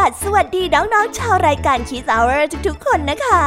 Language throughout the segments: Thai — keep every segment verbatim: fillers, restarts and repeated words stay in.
ดัดสวัสดีน้องๆชาวรายการ Kids Hour ทุกๆคนนะคะ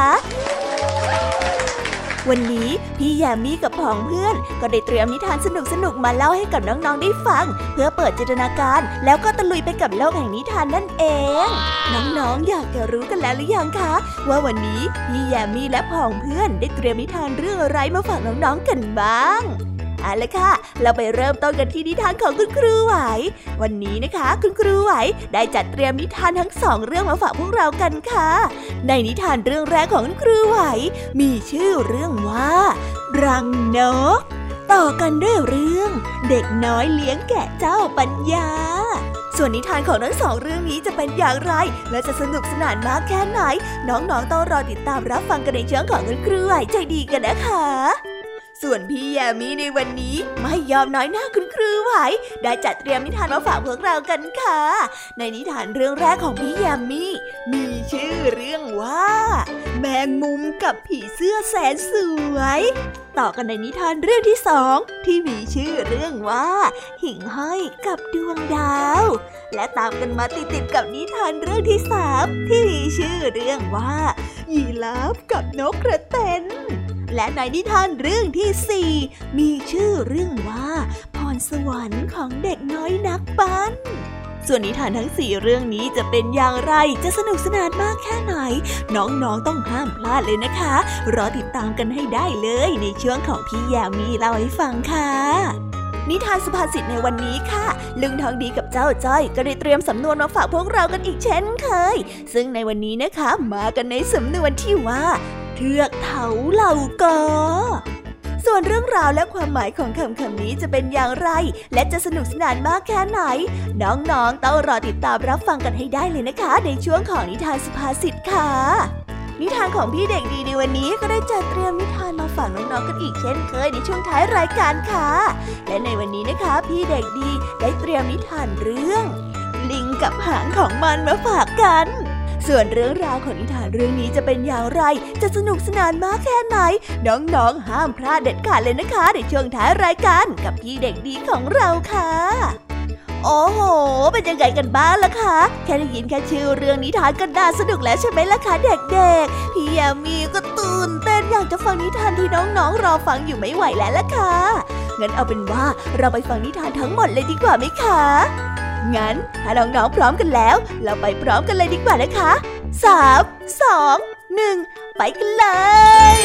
วันนี้พี่แยมมี่กับผองเพื่อนก็ได้เตรียมนิทานสนุกๆมาเล่าให้กับน้องๆได้ฟังเพื่อเปิดจินตนาการแล้วก็ตะลุยไปกับโลกแห่งนิทานนั่นเองน้องๆอยากจะรู้กันแล้วหรือยังคะว่าวันนี้พี่แยมมี่และผองเพื่อนได้เตรียมนิทานเรื่องอะไรมาฝากน้องๆกันบ้างเอาละค่ะเราไปเริ่มต้นกันที่นิทานของคุณครูไหววันนี้นะคะคุณครูไหวได้จัดเตรียมนิทานทั้งสองเรื่องมาฝากพวกเรากันค่ะในนิทานเรื่องแรกของคุณครูไหวมีชื่อเรื่องว่ารังนกต่อกันด้วยเรื่องเด็กน้อยเลี้ยงแกะเจ้าปัญญาส่วนนิทานของทั้งสองเรื่องนี้จะเป็นอย่างไรและจะสนุกสนานมากแค่ไหนน้องๆต้องรอติดตามรับฟังกันในช่วงของคุณครูไหวใจดีกันนะคะส่วนพี่แยมมี่ในวันนี้ไม่ยอมน้อยหน้าคุณครูไหวได้จัดเตรียมนิทานมาฝากพวกเรากันค่ะในนิทานเรื่องแรกของพี่แยมมี่มีชื่อเรื่องว่าแมงมุมกับผีเสื้อแสนสวยต่อกันในนิทานเรื่องที่สองที่มีชื่อเรื่องว่าหิ่งห้อยกับดวงดาวและตามกันมาติดๆกับนิทานเรื่องที่สามที่มีชื่อเรื่องว่ายีราฟกับนกกระเต็นและในนิทานเรื่องที่สี่มีชื่อเรื่องว่าพรสวรรค์ของเด็กน้อยนักปั้นส่วนนิทานทั้งสี่เรื่องนี้จะเป็นอย่างไรจะสนุกสนานมากแค่ไหนน้องๆต้องห้ามพลาดเลยนะคะรอติดตามกันให้ได้เลยในช่วงของพี่แยมมี่เล่าให้ฟังค่ะนิทานสุภาษิตในวันนี้ค่ะลุงทองดีกับเจ้าจ้อยก็ได้เตรียมสำนวนมาฝากพวกเรากันอีกเช่นเคยซึ่งในวันนี้นะคะมากันในสำนวนที่ว่าเทือกเถาเหล่ากอส่วนเรื่องราวและความหมายของคำคำนี้จะเป็นอย่างไรและจะสนุกสนานมากแค่ไหนน้องๆต้องรอติดตามรับฟังกันให้ได้เลยนะคะในช่วงของนิทานสุภาษิตค่ะนิทานของพี่เด็กดีในวันนี้ก็ได้จัดเตรียมนิทานมาฝากน้องๆกันอีกเช่นเคยในช่วงท้ายรายการค่ะและในวันนี้นะคะพี่เด็กดีได้เตรียมนิทานเรื่องลิงกับหางของมันมาฝากกันส่วนเรื่องราวของนิทานเรื่องนี้จะเป็นอย่างไรจะสนุกสนานมากแค่ไหนน้องๆห้ามพลาดเด็ดขาดเลยนะคะในช่วงท้ายรายการกับพี่เด็กดีของเราค่ะโอ้โหเป็นยังไงกันบ้างล่ะคะแค่ได้ยินแค่ชื่อเรื่องนิทานก็น่าสนุกแล้วใช่ไหมล่ะคะเด็กๆพี่แยมมี่ก็ตื่นเต้นอยากจะฟังนิทานที่น้องๆรอฟังอยู่ไม่ไหวแล้วล่ะค่ะงั้นเอาเป็นว่าเราไปฟังนิทานทั้งหมดเลยดีกว่าไหมคะงั้นถ้าน้องๆพร้อมกันแล้วเราไปพร้อมกันเลยดีกว่านะคะสาม สอง หนึ่งไปกันเลย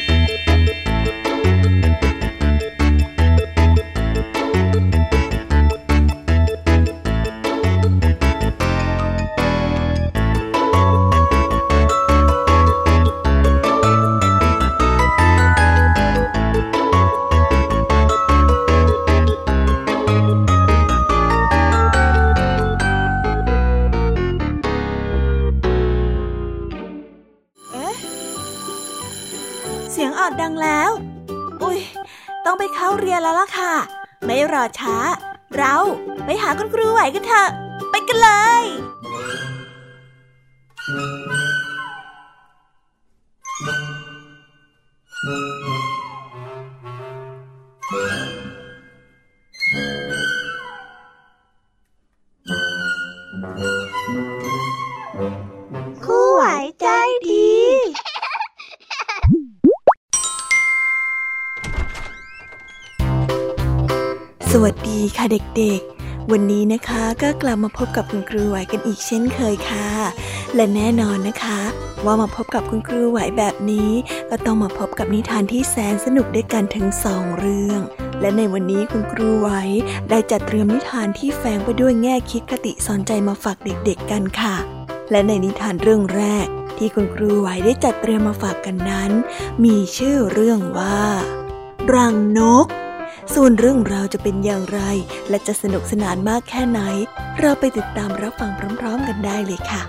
ดังแล้วอุ๊ยต้องไปเข้าเรียนแล้วล่ะค่ะไม่รอช้าเราไปหาคุณครูไหวกันเถอะไปกันเลยครูไหวใจดีสวัสดีค่ะเด็กๆวันนี้นะคะก็กลับมาพบกับคุณครูไหวกันอีกเช่นเคยค่ะและแน่นอนนะคะว่ามาพบกับคุณครูไหวแบบนี้ก็ต้องมาพบกับนิทานที่แสนสนุกด้วยกันถึงสองเรื่องและในวันนี้คุณครูไหวได้จัดเตรียมนิทานที่แฝงไปด้วยแง่คิดคติสอนใจมาฝากเด็กๆกันค่ะและในนิทานเรื่องแรกที่คุณครูไหวได้จัดเตรียมมาฝากกันนั้นมีชื่อเรื่องว่ารังนกส่วนเรื่องราวจะเป็นอย่างไรและจะสนุกสนานมากแค่ไหนเราไปติดตามรับฟังพร้อมๆกันได้เลยค่ะ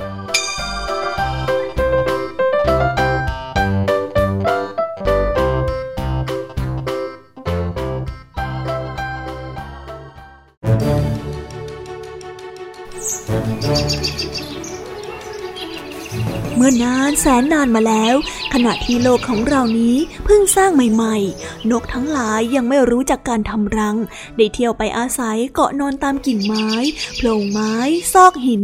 เมื่อนานแสนนานมาแล้วขณะที่โลกของเรานี้เพิ่งสร้างใหม่ๆนกทั้งหลายยังไม่รู้จักการทำรังได้เที่ยวไปอาศัยเกาะนอนตามกิ่งไม้โพรงไม้ซอกหินพ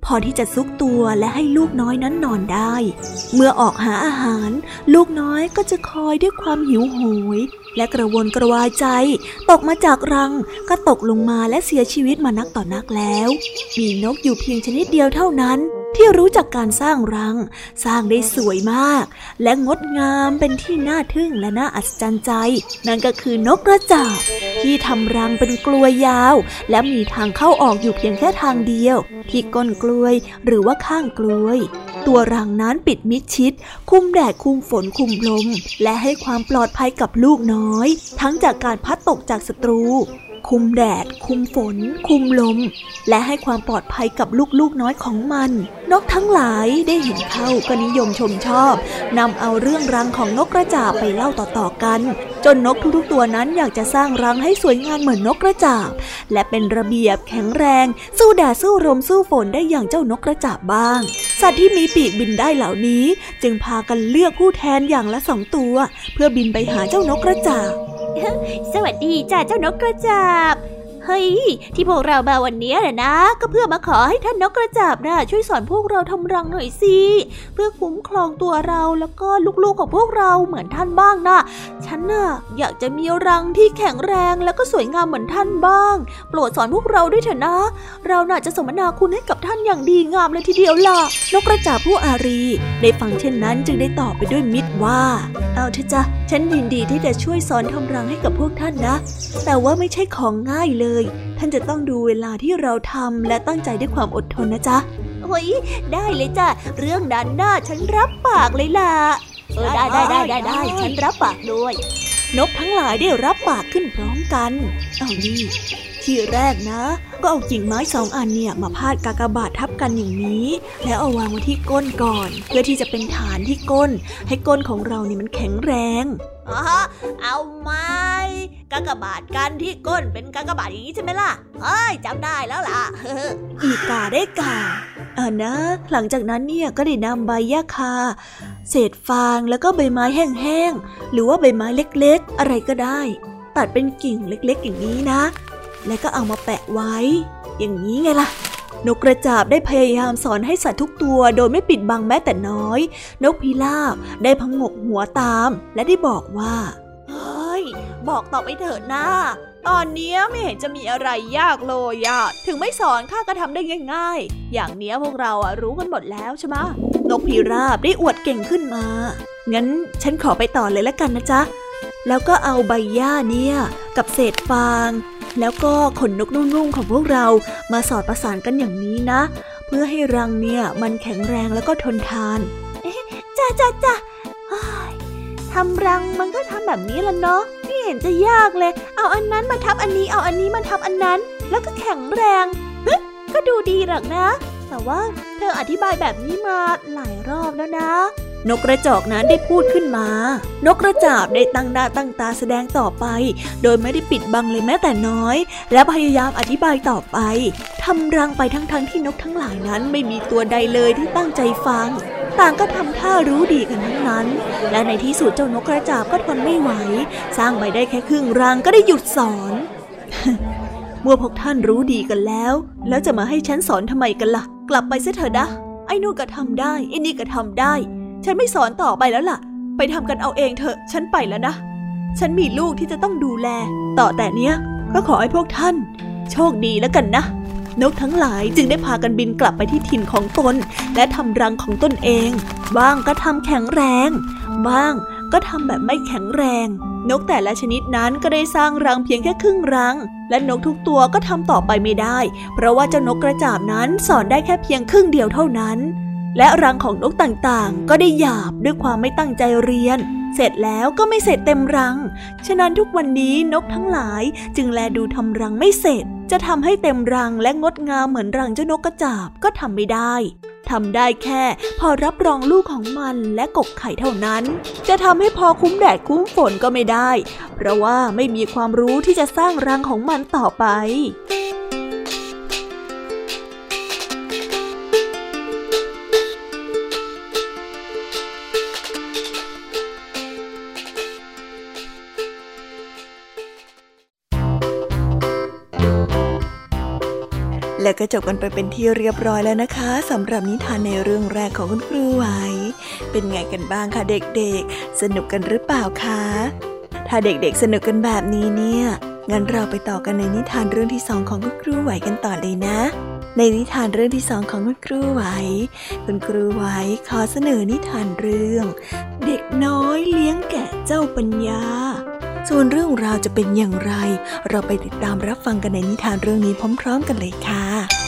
พอที่จะซุกตัวและให้ลูกน้อยนั้นนอนได้เมื่อออกหาอาหารลูกน้อยก็จะคอยด้วยความหิวโหยและกระวนกระวายใจตกมาจากรังก็ตกลงมาและเสียชีวิตมานักต่อนักแล้วมีนกอยู่เพียงชนิดเดียวเท่านั้นที่รู้จักการสร้างรังสร้างได้สวยมากและงดงามเป็นที่น่าทึ่งและน่าอัศจรรย์ใจนั่นก็คือนกกระจาบที่ทำรังเป็นกลวยยาวและมีทางเข้าออกอยู่เพียงแค่ทางเดียวที่ก้นกลวยหรือว่าข้างกลวยตัวรังนั้นปิดมิดชิดคุมแดดคุมฝนคุมลมและให้ความปลอดภัยกับลูกน้อยทั้งจากการพัดตกจากศัตรูคุมแดดคุมฝนคุมลมและให้ความปลอดภัยกับลูกๆน้อยของมันนกทั้งหลายได้เห็นเข้าก็นิยมชมชอบนำเอาเรื่องรังของนกกระจาบไปเล่าต่อๆกันจนนกทุกๆตัวนั้นอยากจะสร้างรังให้สวยงามเหมือนนกกระจาบและเป็นระเบียบแข็งแรงสู้แดดสู้ลมสู้ฝนได้อย่างเจ้านกกระจาบบ้างสัตว์ที่มีปีกบินได้เหล่านี้จึงพากันเลือกผู้แทนอย่างละสองตัวเพื่อบินไปหาเจ้านกกระจาบสวัสดีจ้าเจ้านกกระจาบเฮ้ยที่พวกเรามาวันนี้น่ะนะก็เพื่อมาขอให้ท่านนกกระจาบน่ะช่วยสอนพวกเราทำรังหน่อยสิเพื่อคุ้มครองตัวเราแล้วก็ลูกๆของพวกเราเหมือนท่านบ้างนะฉันน่ะอยากจะมีรังที่แข็งแรงแล้วก็สวยงามเหมือนท่านบ้างโปรดสอนพวกเราด้วยเถอะนะเราน่ะจะสมนาคุณให้กับท่านอย่างดีงามเลยทีเดียวล่ะนกกระจาบผู้อารีได้ฟังเช่นนั้นจึงได้ตอบไปด้วยมิตรว่าเอาเถอะจ้ะฉันยินดีที่จะช่วยสอนทำรังให้กับพวกท่านนะแต่ว่าไม่ใช่ของง่ายเลยท่านจะต้องดูเวลาที่เราทำและตั้งใจด้วยความอดทนนะจ๊ะเฮ้ยได้เลยจ้ะเรื่องนั้นน่ะฉันรับปากเลยล่ะเออได้ได้ได้ได้ได้ฉันรับปากด้วยนกทั้งหลายได้รับปากขึ้นพร้อมกันเอานี่ที่แรกนะก็เอากิ่งไม้สองอันเนี่ยมาพาดกากบาททับกันอย่างนี้แล้วเอาวางไว้ที่ก้นก่อนเพื่อที่จะเป็นฐานที่ก้นให้ก้นของเรานี่มันแข็งแรงอ๋อเอาไม้กากบาทกันที่ก้นเป็นกากบาทอย่างนี้ใช่ไหมล่ะเฮ้ยจำได้แล้วล่ะอีกาได้กาอ่านะหลังจากนั้นเนี่ยก็ได้นำใบหญ้าคาเศษฟางแล้วก็ใบไม้แห้งๆหรือว่าใบไม้เล็กๆอะไรก็ได้ตัดเป็นกิ่งเล็กๆอย่างนี้นะแล้วก็เอามาแปะไว้อย่างนี้ไงล่ะนกกระจาบได้พยายามสอนให้สัตว์ทุกตัวโดยไม่ปิดบังแม้แต่น้อยนกพิราบได้พงกหัวตามและได้บอกว่าเฮ้ยบอกต่อไปเถิดนะตอนนี้ไม่เห็นจะมีอะไรยากเลยอะถึงไม่สอนข้าก็ทำได้ง่ายๆอย่างเนี้ยพวกเราอะรู้กันหมดแล้วใช่ไหมนกพิราบได้อวดเก่งขึ้นมางั้นฉันขอไปต่อเลยละกันนะจ๊ะแล้วก็เอาใบหญ้าเนี่ยกับเศษฟางแล้วก็ขนนกนุ่งๆของพวกเรามาสอดประสานกันอย่างนี้นะเพื่อให้รังเนี่ยมันแข็งแรงแล้วก็ทนทานเอ๊ะจ้าจ้าจ้าทำรังมันก็ทำแบบนี้ละเนาะไม่เห็นจะยากเลยเอาอันนั้นมาทับอันนี้เอาอันนี้มาทับอันนั้นแล้วก็แข็งแรงเฮ้ยก็ดูดีหรอกนะแต่ว่าเธออธิบายแบบนี้มาหลายรอบแล้วนะนกกระจอกนั้นได้พูดขึ้นมานกกระจาบได้ตั้งหน้าตั้งตาแสดงต่อไปโดยไม่ได้ปิดบังเลยแม้แต่น้อยและพยายามอธิบายต่อไปทำรังไปทั้งๆ ท, ที่นกทั้งหลายนั้นไม่มีตัวใดเลยที่ตั้งใจฟังต่างก็ทำท่ารู้ดีกันทั้งนั้นและในที่สุดเจ้านกกระจาบก็ทนไม่ไหวสร้างไปได้แค่ครึ่งรังก็ได้หยุดสอน เมื่อพวกท่านรู้ดีกันแล้วแล้วจะมาให้ฉันสอนทำไมกันล่ะกลับไปซะเถอะนะไอ้นู่นก็ทำได้ไอ้นี่ก็ทำได้ฉันไม่สอนต่อไปแล้วล่ะไปทำกันเอาเองเถอะฉันไปแล้วนะฉันมีลูกที่จะต้องดูแลต่อแต่เนี้ยก็ขอให้พวกท่านโชคดีแล้วกันนะนกทั้งหลายจึงได้พากันบินกลับไปที่ถิ่นของตนและทำรังของตนเองบ้างก็ทำแข็งแรงบ้างก็ทำแบบไม่แข็งแรงนกแต่ละชนิดนั้นก็ได้สร้างรังเพียงแค่ครึ่งรังและนกทุกตัวก็ทำต่อไปไม่ได้เพราะว่าเจ้านกกระจาบนั้นสอนได้แค่เพียงครึ่งเดียวเท่านั้นและรังของนกต่างๆก็ได้หยาบด้วยความไม่ตั้งใจเรียนเสร็จแล้วก็ไม่เสร็จเต็มรังฉะนั้นทุกวันนี้นกทั้งหลายจึงแลดูทำรังไม่เสร็จจะทำให้เต็มรังและงดงามเหมือนรังเจ้านกกระจาบก็ทำไม่ได้ทำได้แค่พอรับรองลูกของมันและกกไข่เท่านั้นจะทำให้พอคุ้มแดดคุ้มฝนก็ไม่ได้เพราะว่าไม่มีความรู้ที่จะสร้างรังของมันต่อไปและก็จบกันไปเป็นที่เรียบร้อยแล้วนะคะสำหรับนิทานในเรื่องแรกของคุณครูไหวเป็นไงกันบ้างคะเด็กๆสนุกกันหรือเปล่าคะถ้าเด็กๆสนุกกันแบบนี้เนี่ยงั้นเราไปต่อกันในนิทานเรื่องที่สองของคุณครูไหวกันต่อเลยนะในนิทานเรื่องที่สองของคุณครูไหวคุณครูไหวขอเสนอนิทานเรื่องเด็กน้อยเลี้ยงแกะเจ้าปัญญาส่วนเรื่องราวจะเป็นอย่างไรเราไปติดตามรับฟังกันในนิทานเรื่องนี้พร้อมๆกันเลยค่ะ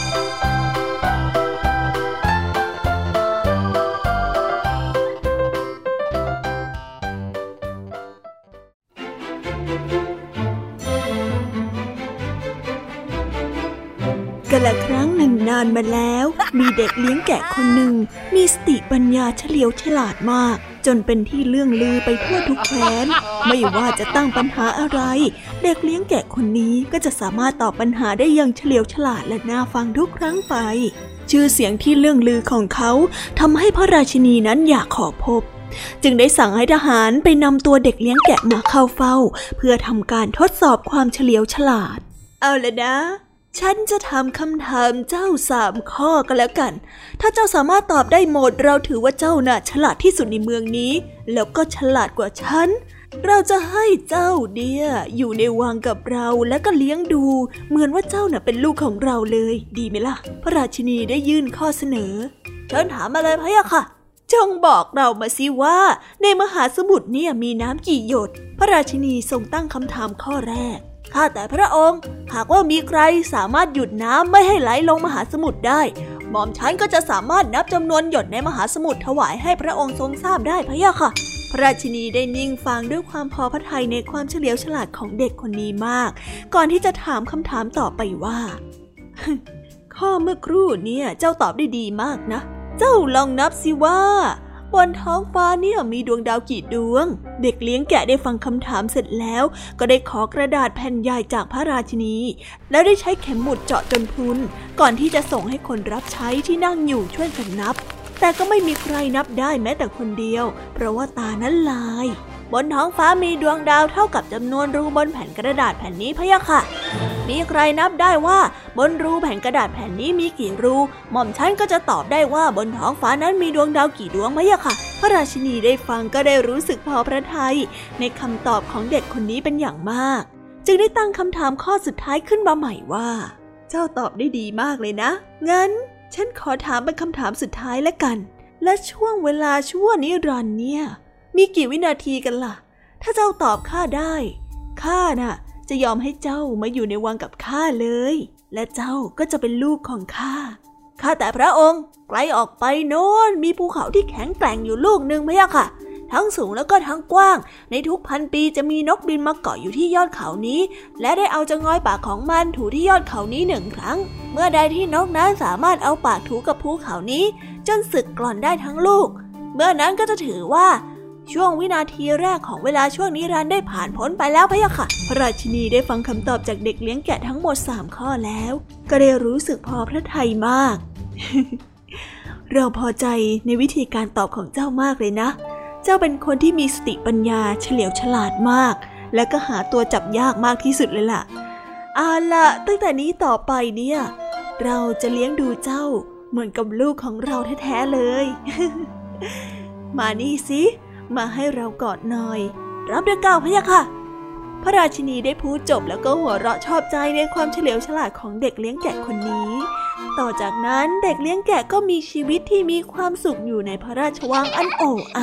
กาลครั้งหนึ่งนานมาแล้วมีเด็กเลี้ยงแกะคนหนึ่งมีสติปัญญาเฉลียวฉลาดมากจนเป็นที่เลื่องลือไปทั่วทุกแคว้นไม่ว่าจะตั้งปัญหาอะไรเด็กเลี้ยงแกะคนนี้ก็จะสามารถตอบปัญหาได้อย่างเฉลียวฉลาดและน่าฟังทุกครั้งไปชื่อเสียงที่เลื่องลือของเขาทำให้พระราชินีนั้นอยากขอพบจึงได้สั่งให้ทหารไปนำตัวเด็กเลี้ยงแกะมาเข้าเฝ้าเพื่อทำการทดสอบความเฉลียวฉลาดเอาละนะฉันจะถามคำถามเจ้าสามข้อก็แล้วกันถ้าเจ้าสามารถตอบได้หมดเราถือว่าเจ้าน่ะฉลาดที่สุดในเมืองนี้แล้วก็ฉลาดกว่าฉันเราจะให้เจ้าเดียอยู่ในวังกับเราและก็เลี้ยงดูเหมือนว่าเจ้าน่ะเป็นลูกของเราเลยดีไหมล่ะพระราชินีได้ยื่นข้อเสนอฉันถามอะไรพะยะค่ะจงบอกเรามาสิว่าในมหาสมุทรเนี่ยมีน้ำกี่หยดพระราชินีทรงตั้งคำถามข้อแรกข้าแต่พระองค์หากว่ามีใครสามารถหยุดน้ำไม่ให้ไหลลงมหาสมุทรได้หม่อมฉันก็จะสามารถนับจำนวนหยดในมหาสมุทรถวายให้พระองค์ทรงทราบได้พะยะค่ะพระราชินีได้นิ่งฟังด้วยความพอพระทัยในความเฉลียวฉลาดของเด็กคนนี้มากก่อนที่จะถามคำถามต่อไปว่า ข้อเมื่อครู่เนี่ยเจ้าตอบได้ดีมากนะเจ้าลองนับสิว่าบนท้องฟ้าเนี่ยมีดวงดาวกี่ดวงเด็กเลี้ยงแกะได้ฟังคำถามเสร็จแล้วก็ได้ขอกระดาษแผ่นใหญ่จากพระราชินีแล้วได้ใช้เข็มหมุดเจาะจนพรุนก่อนที่จะส่งให้คนรับใช้ที่นั่งอยู่ช่วยกันนับแต่ก็ไม่มีใครนับได้แม้แต่คนเดียวเพราะว่าตานั้นลายบนท้องฟ้ามีดวงดาวเท่ากับจำนวนรูบนแผ่นกระดาษแผ่นนี้พะยะค่ะมีใครนับได้ว่าบนรูแผ่นกระดาษแผ่นนี้มีกี่รูหม่อมฉันก็จะตอบได้ว่าบนท้องฟ้านั้นมีดวงดาวกี่ดวงพะยะค่ะพระราชินีได้ฟังก็ได้รู้สึกพอพระทัยในคำตอบของเด็กคนนี้เป็นอย่างมากจึงได้ตั้งคำถามข้อสุดท้ายขึ้นมาใหม่ว่าเจ้าตอบได้ดีมากเลยนะงั้นฉันขอถามเป็นคำถามสุดท้ายละกันและช่วงเวลาชั่วนิรันดร์เนี่ยมีกี่วินาทีกันล่ะถ้าเจ้าตอบข้าได้ข้าน่ะจะยอมให้เจ้ามาอยู่ในวังกับข้าเลยและเจ้าก็จะเป็นลูกของข้าข้าแต่พระองค์ไกลออกไปโน้นมีภูเขาที่แข็งแกร่งอยู่ลูกนึงพะยะค่ะทั้งสูงแล้วก็ทั้งกว้างในทุกพันปีจะมีนกบินมาเกาะอยู่ที่ยอดเขานี้และได้เอาจงอยปากของมันถูที่ยอดเขานี้หนึ่งครั้งเมื่อใดที่นกนั้นสามารถเอาปากถูกับภูเขานี้จนสึกกร่อนได้ทั้งลูกเมื่อนั้นก็จะถือว่าช่วงวินาทีแรกของเวลาช่วงนิรันดร์ได้ผ่านพ้นไปแล้วพะยะค่ะพระราชินีได้ฟังคำตอบจากเด็กเลี้ยงแกะทั้งหมดสามข้อแล้วก็ได้รู้สึกพอพระทัยมาก เราพอใจในวิธีการตอบของเจ้ามากเลยนะเจ้าเป็นคนที่มีสติปัญญาเฉลียวฉลาดมากและก็หาตัวจับยากมากที่สุดเลยล่ะเอาล่ะตั้งแต่นี้ต่อไปเนี่ยเราจะเลี้ยงดูเจ้าเหมือนกับลูกของเราแท้ๆเลย มานี่สิมาให้เรากอดหน่อยรับด้วยก้าวพะยะค่ะพระราชินีได้พูดจบแล้วก็หัวเราะชอบใจในความเฉลียวฉลาดของเด็กเลี้ยงแกะคนนี้ต่อจากนั้นเด็กเลี้ยงแกะก็มีชีวิตที่มีความสุขอยู่ในพระราชวังอันโอ้อา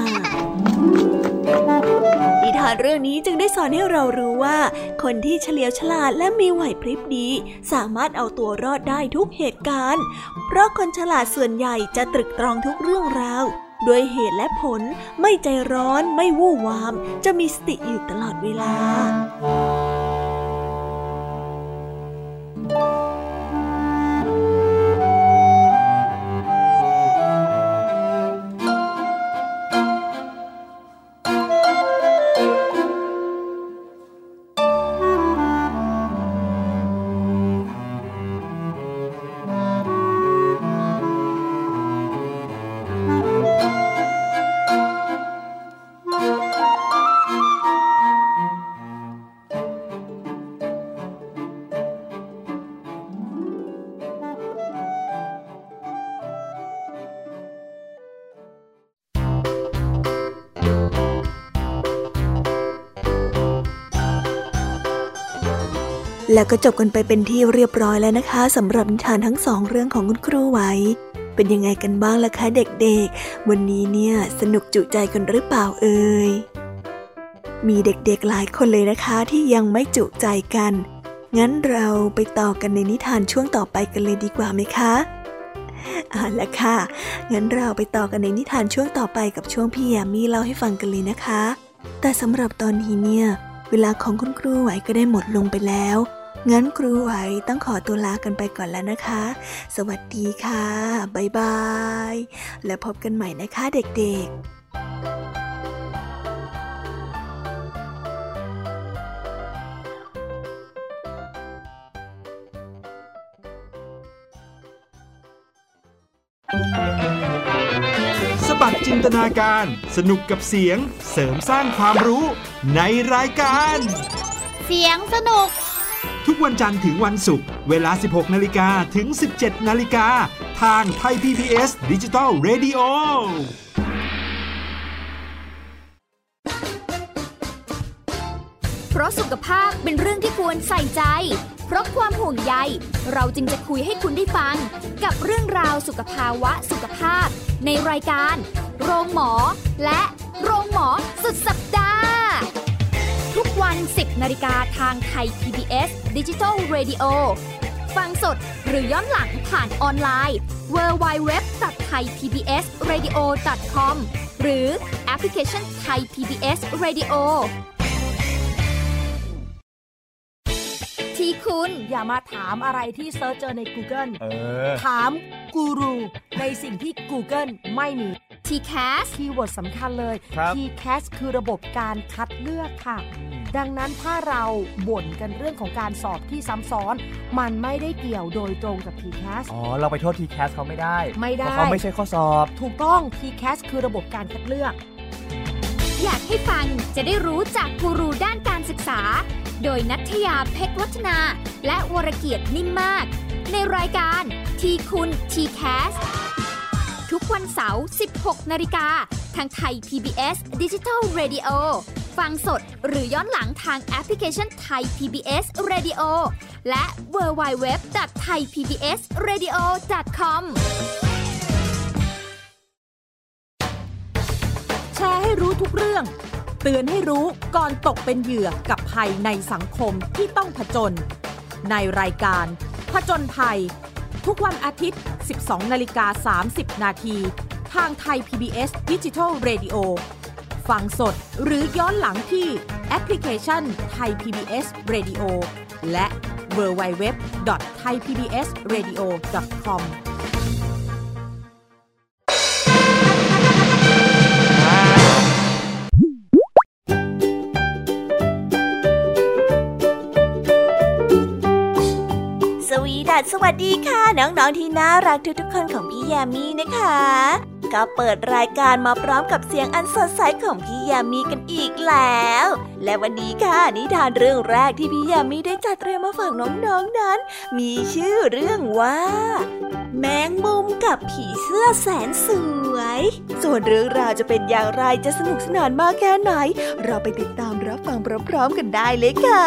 นิทานเรื่องนี้จึงได้สอนให้เรารู้ว่าคนที่เฉลียวฉลาดและมีไหวพริบดีสามารถเอาตัวรอดได้ทุกเหตุการณ์เพราะคนฉลาดส่วนใหญ่จะตรึกตรองทุกเรื่องราวด้วยเหตุและผลไม่ใจร้อนไม่วู่วามจะมีสติอยู่ตลอดเวลาแล้วก็จบกันไปเป็นที่เรียบร้อยแล้วนะคะสำหรับนิทานทั้งสองเรื่องของคุณครูไหวเป็นยังไงกันบ้างล่ะคะเด็กๆวันนี้เนี่ยสนุกจุใจกันหรือเปล่าเอ่ยมีเด็กๆหลายคนเลยนะคะที่ยังไม่จุใจกันงั้นเราไปต่อกันในนิทานช่วงต่อไปกันเลยดีกว่าไหมคะเอาล่ะค่ะงั้นเราไปต่อกันในนิทานช่วงต่อไปกับช่วงพี่ยามีเล่าให้ฟังกันเลยนะคะแต่สำหรับตอนนี้เนี่ยเวลาของคุณครูไหวก็ได้หมดลงไปแล้วงั้นครูไหวต้องขอตัวลากันไปก่อนแล้วนะคะสวัสดีค่ะบ๊ายบายแล้วพบกันใหม่นะคะเด็กๆสบัดจินตนาการสนุกกับเสียงเสริมสร้างความรู้ในรายการเสียงสนุกทุกวันจันทร์ถึงวันศุกร์เวลา สิบหกนาฬิกา ถึง สิบเจ็ดนาฬิกา ทางไทย พี บี เอส Digital Radio เพราะสุขภาพเป็นเรื่องที่ควรใส่ใจเพราะความห่วงใยเราจึงจะคุยให้คุณได้ฟังกับเรื่องราวสุขภาวะสุขภาพในรายการโรงหมอและโรงหมอสุดสัปดาห์ทุกวัน สิบนาฬิกาทางไทย พี บี เอส Digital Radio ฟังสดหรือย้อนหลังผ่านออนไลน์ ดับเบิลยู ดับเบิลยู ดับเบิลยู ดอท ไทย พี บี เอส เรดิโอ ดอท คอม หรือแอปพลิเคชัน Thai พี บี เอส Radioที่คุณอย่ามาถามอะไรที่เซิร์ชเจอใน Google เออถามกูรูในสิ่งที่ Google ไม่มีที แคสคีย์เวิร์ดสำคัญเลย ที แคส คือระบบการคัดเลือกค่ะดังนั้นถ้าเราบ่นกันเรื่องของการสอบที่ซ้ำซ้อนมันไม่ได้เกี่ยวโดยตรงกับ ที แคสอ๋อเราไปโทษ ที แคส เขาไม่ได้ไม่ได้เพราะเขาไม่ใช่ข้อสอบถูกต้อง ที แคส คือระบบการคัดเลือกอยากให้ฟังจะได้รู้จากกูรูด้านการศึกษาโดยณัฐยาเพชรวัฒนาและวรเกียรตินิ่มมากในรายการทีคุณ ที แคส ทุกวันเสาร์ สิบหกนาฬิกาทางไทย พี บี เอส Digital Radio ฟังสดหรือย้อนหลังทางแอปพลิเคชัน Thai พี บี เอส Radio และ ดับเบิลยู ดับเบิลยู ดับเบิลยู ดอท ไทย พี บี เอส เรดิโอ ดอท คอมแชร์ให้รู้ทุกเรื่องเตือนให้รู้ก่อนตกเป็นเหยื่อกับภัยในสังคมที่ต้องผจญในรายการผจญภัยทุกวันอาทิตย์ สิบสองนาฬิกาสามสิบนาที ทางไทย พี บี เอส Digital Radio ฟังสดหรือย้อนหลังที่แอปพลิเคชัน Thai พี บี เอส Radio และ ดับเบิลยู ดับเบิลยู ดับเบิลยู ดอท ไทย พี บี เอส เรดิโอ ดอท คอมสวัสดีค่ะน้องๆที่น่ารักทุกๆคนของพี่ยามีนะคะก็เปิดรายการมาพร้อมกับเสียงอันสดใสของพี่ยามีกันอีกแล้วและวันนี้ค่ะนิทานเรื่องแรกที่พี่ยามีได้จัดเตรียมมาฝากน้องๆ น, นั้นมีชื่อเรื่องว่าแมงมุมกับผีเสื้อแสนสวยส่วนเรื่องราวจะเป็นอย่างไรจะสนุกสนานมากแค่ไหนเราไปติดตามรับฟังพร้อมๆกันได้เลยค่ะ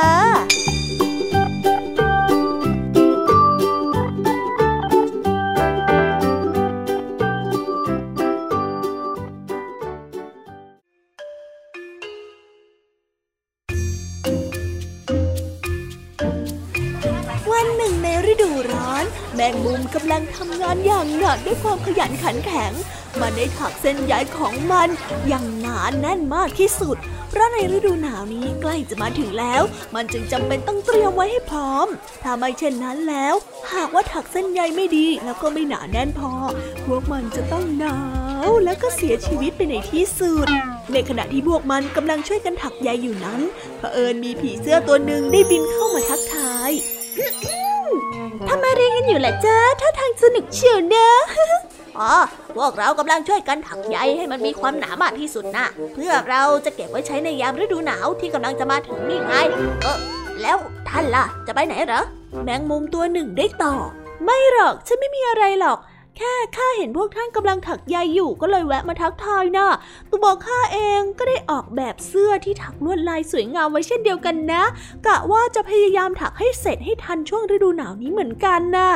แมงมุมกำลังทำงานอย่างหนักด้วยความขยันขันแข็งมันได้ถักเส้นใยของมันอย่างหนาแน่นมากที่สุดเพราะในฤดูหนาวนี้ใกล้จะมาถึงแล้วมันจึงจำเป็นต้องเตรียมไว้ให้พร้อมถ้าไม่เช่นนั้นแล้วหากว่าถักเส้นใยไม่ดีแล้วก็ไม่หนาแน่นพอพวกมันจะต้องหนาวแล้วก็เสียชีวิตไปในที่สุดในขณะที่พวกมันกำลังช่วยกันถักใยอยู่นั้นเผอิญมีผีเสื้อตัวหนึ่งได้บินเข้ามาทักทายทำอะไรกันอยู่ล่ะจ๊ะท่าทางสนุกเชียวนะอ๋อพวกเรากำลังช่วยกันถักใยให้มันมีความหนามากที่สุดนะเพื่อเราจะเก็บไว้ใช้ในยามฤดูหนาวที่กำลังจะมาถึงนี่ไงเออแล้วท่านล่ะจะไปไหนเหรอแมงมุมตัวหนึ่งได้ตอบไม่หรอกฉันไม่มีอะไรหรอกแแค่ข้าเห็นพวกท่านกำลังถักใยอยู่ก็เลยแวะมาทักทายนะตัวข้าเองก็ได้ออกแบบเสื้อที่ถักลวดลายสวยงามไว้เช่นเดียวกันนะกะว่าจะพยายามถักให้เสร็จให้ทันช่วงฤดูหนาวนี้เหมือนกันนะ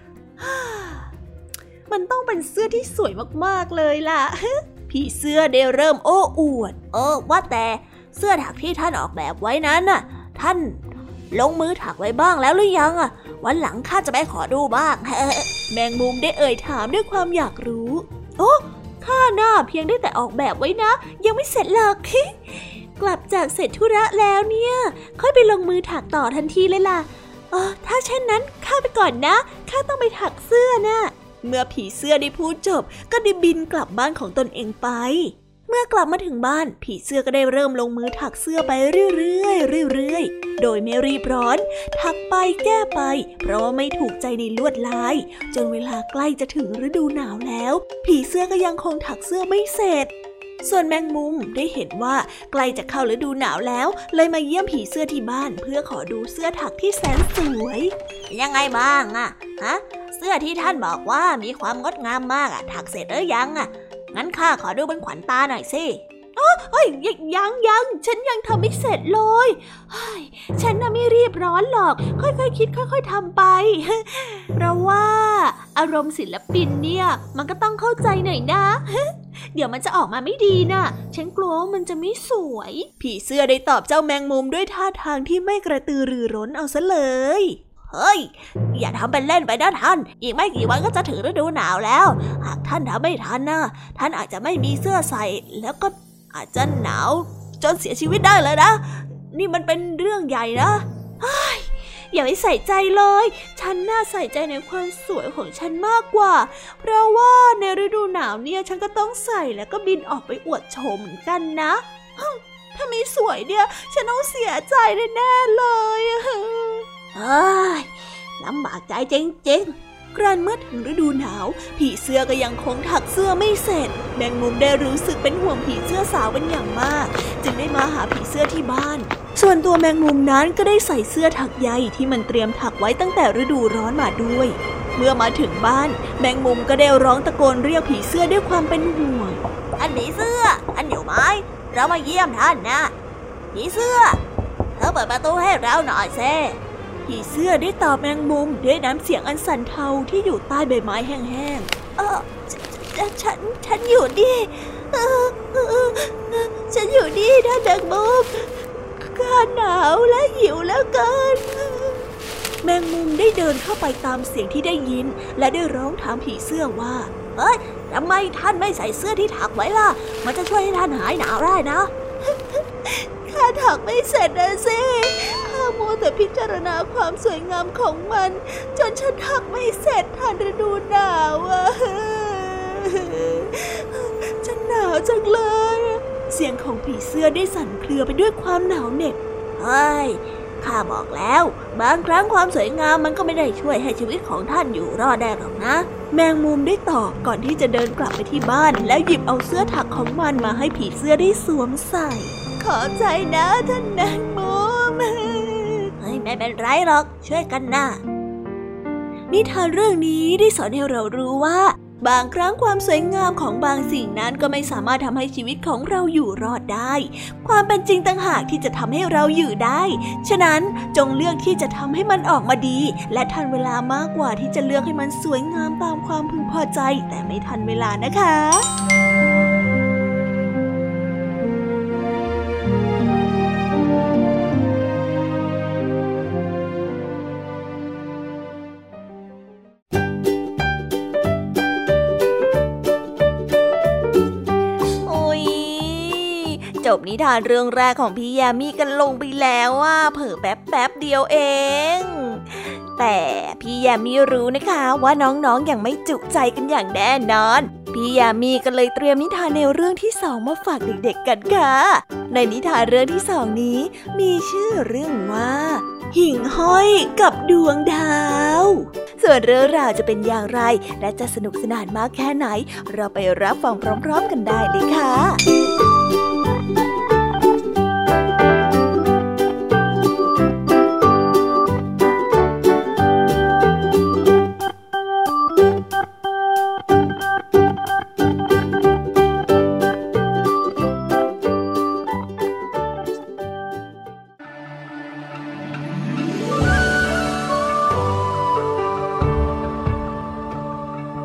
มันต้องเป็นเสื้อที่สวยมากๆเลยล่ะผีเสื้อได้เริ่มโอ้อวดเออว่าแต่เสื้อถักที่ท่านออกแบบไว้นั้นน่ะท่านลงมือถักไว้บ้างแล้วหรือยังอ่ะวันหลังข้าจะไปขอดูบ้าง แมงมุมได้เอ่ยถามด้วยความอยากรู้โอ้ข้าน่าเพียงได้แต่ออกแบบไว้นะยังไม่เสร็จหรอก กลับจากเสร็จธุระแล้วเนี่ยค่อยไปลงมือถักต่อทันทีเลยล่ะเออถ้าเช่นนั้นข้าไปก่อนนะข้าต้องไปถักเสื้อน่ะเมื่อผีเสื้อได้พูดจบก็ได้บินกลับบ้านของตนเองไปเมื่อกลับมาถึงบ้านผีเสื้อก็ได้เริ่มลงมือถักเสื้อไปเรื่อยๆเรื่อยๆโดยไม่รีบร้อนถักไปแก้ไปเพราะว่าไม่ถูกใจในลวดลายจนเวลาใกล้จะถึงฤดูหนาวแล้วผีเสื้อก็ยังคงถักเสื้อไม่เสร็จส่วนแมงมุมได้เห็นว่าใกล้จะเข้าฤดูหนาวแล้วเลยมาเยี่ยมผีเสื้อที่บ้านเพื่อขอดูเสื้อถักที่แสนสวยยังไงบ้างอะฮะเสื้อที่ท่านบอกว่ามีความงดงามมากอะถักเสร็จหรือยังอะงั้นข้าขอดูเป็นขวัญตาหน่อยสิอ๋อเอ้ยยังยังฉันยังทำไม่เสร็จเลยฉันน่ะไม่รีบร้อนหรอกค่อยๆคิดค่อยๆทำไปเพราะว่าอารมณ์ศิลปินเนี่ยมันก็ต้องเข้าใจหน่อยนะเดี๋ยวมันจะออกมาไม่ดีน่ะฉันกลัวว่ามันจะไม่สวยผีเสื้อได้ตอบเจ้าแมงมุมด้วยท่าทางที่ไม่กระตือรือร้นเอาซะเลยเฮ้ยอย่าทำเป็นเล่นไปนะท่านอีกไม่กี่วันก็จะถึงฤดูหนาวแล้วหากท่านทำไม่ทันนะท่านอาจจะไม่มีเสื้อใส่แล้วก็อาจจะหนาวจนเสียชีวิตได้เลยนะนี่มันเป็นเรื่องใหญ่นะอย่าไปใส่ใจเลยฉันน่าใส่ใจในความสวยของฉันมากกว่าเพราะว่าในฤดูหนาวเนี่ยฉันก็ต้องใส่แล้วก็บินออกไปอวดโฉมเหมือนกันนะถ้าไม่สวยเนี่ยฉันต้องเสียใจแน่ๆเลยเฮ้ยลำบากใจจริงๆครั้นเมื่อถึงฤดูหนาวผีเสื้อก็ยังคงถักเสื้อไม่เสร็จแมงมุมได้รู้สึกเป็นห่วงผีเสื้อสาวเป็นอย่างมากจึงได้มาหาผีเสื้อที่บ้านส่วนตัวแมงมุมนั้นก็ได้ใส่เสื้อถักใยที่มันเตรียมถักไว้ตั้งแต่ฤดูร้อนมาด้วยเมื่อมาถึงบ้านแมงมุมก็ได้ร้องตะโกนเรียกผีเสื้อด้วยความเป็นห่วงท่านผีเสื้อท่านอยู่ไหมเรามาเยี่ยมท่านนะผีเสื้อเธอเปิดประตูให้เราหน่อยสิผีเสื้อได้ตอบแมงมุมด้วยน้ำเสียงอันสั่นเทาที่อยู่ใต้ใบไม้แห้งๆเออฉันฉันอยู่นี่เออฉันอยู่นี่ท่านแมงมุมข้าหนาวและหิวแล้วเกินแมงมุมได้เดินเข้าไปตามเสียงที่ได้ยินและได้ร้องถามผีเสื้อว่าเอ้ยทำไมท่านไม่ใส่เสื้อที่ถักไว้ล่ะมันจะช่วยให้ท่านหายหนาวได้นะข้าถักไม่เสร็จนะสิข้ามัวแต่พิจารณาความสวยงามของมันจนฉันถักไม่เสร็จทันฤดูหนาวอ่ะฉันหนาวจังเลยเสียงของผีเสื้อได้สั่นเครือไปด้วยความหนาวเหน็บเฮ้ยข้าบอกแล้วบางครั้งความสวยงามมันก็ไม่ได้ช่วยให้ชีวิตของท่านอยู่รอดได้หรอกนะแมงมุมได้ตอบก่อนที่จะเดินกลับไปที่บ้านแล้วหยิบเอาเสื้อถักของมันมาให้ผีเสื้อได้สวมใส่ขอบใจนะท่านแมงมุมเฮ้ยไม่เป็นไรหรอกช่วยกันนะนิทานเรื่องนี้ได้สอนให้เรารู้ว่าบางครั้งความสวยงามของบางสิ่งนั้นก็ไม่สามารถทำให้ชีวิตของเราอยู่รอดได้ความเป็นจริงต่างหากที่จะทำให้เราอยู่ได้ฉะนั้นจงเลือกที่จะทำให้มันออกมาดีและทันเวลามากกว่าที่จะเลือกให้มันสวยงามตามความพึงพอใจแต่ไม่ทันเวลานะคะจบนิทานเรื่องแรกของพี่ยามีกันลงไปแล้วว่าเผลอแป๊บแป๊บเดียวเองแต่พี่ยามีรู้นะคะว่าน้องๆยังไม่จุใจกันอย่างแน่นอนพี่ยามีก็เลยเตรียมนิทานแนวเรื่องที่สองมาฝากเด็กๆกันค่ะในนิทานเรื่องที่สองนี้มีชื่อเรื่องว่าหิ่งห้อยกับดวงดาวส่วนเรื่องราวจะเป็นอย่างไรและจะสนุกสนานมากแค่ไหนเราไปรับฟังพร้อมๆกันได้เลยค่ะ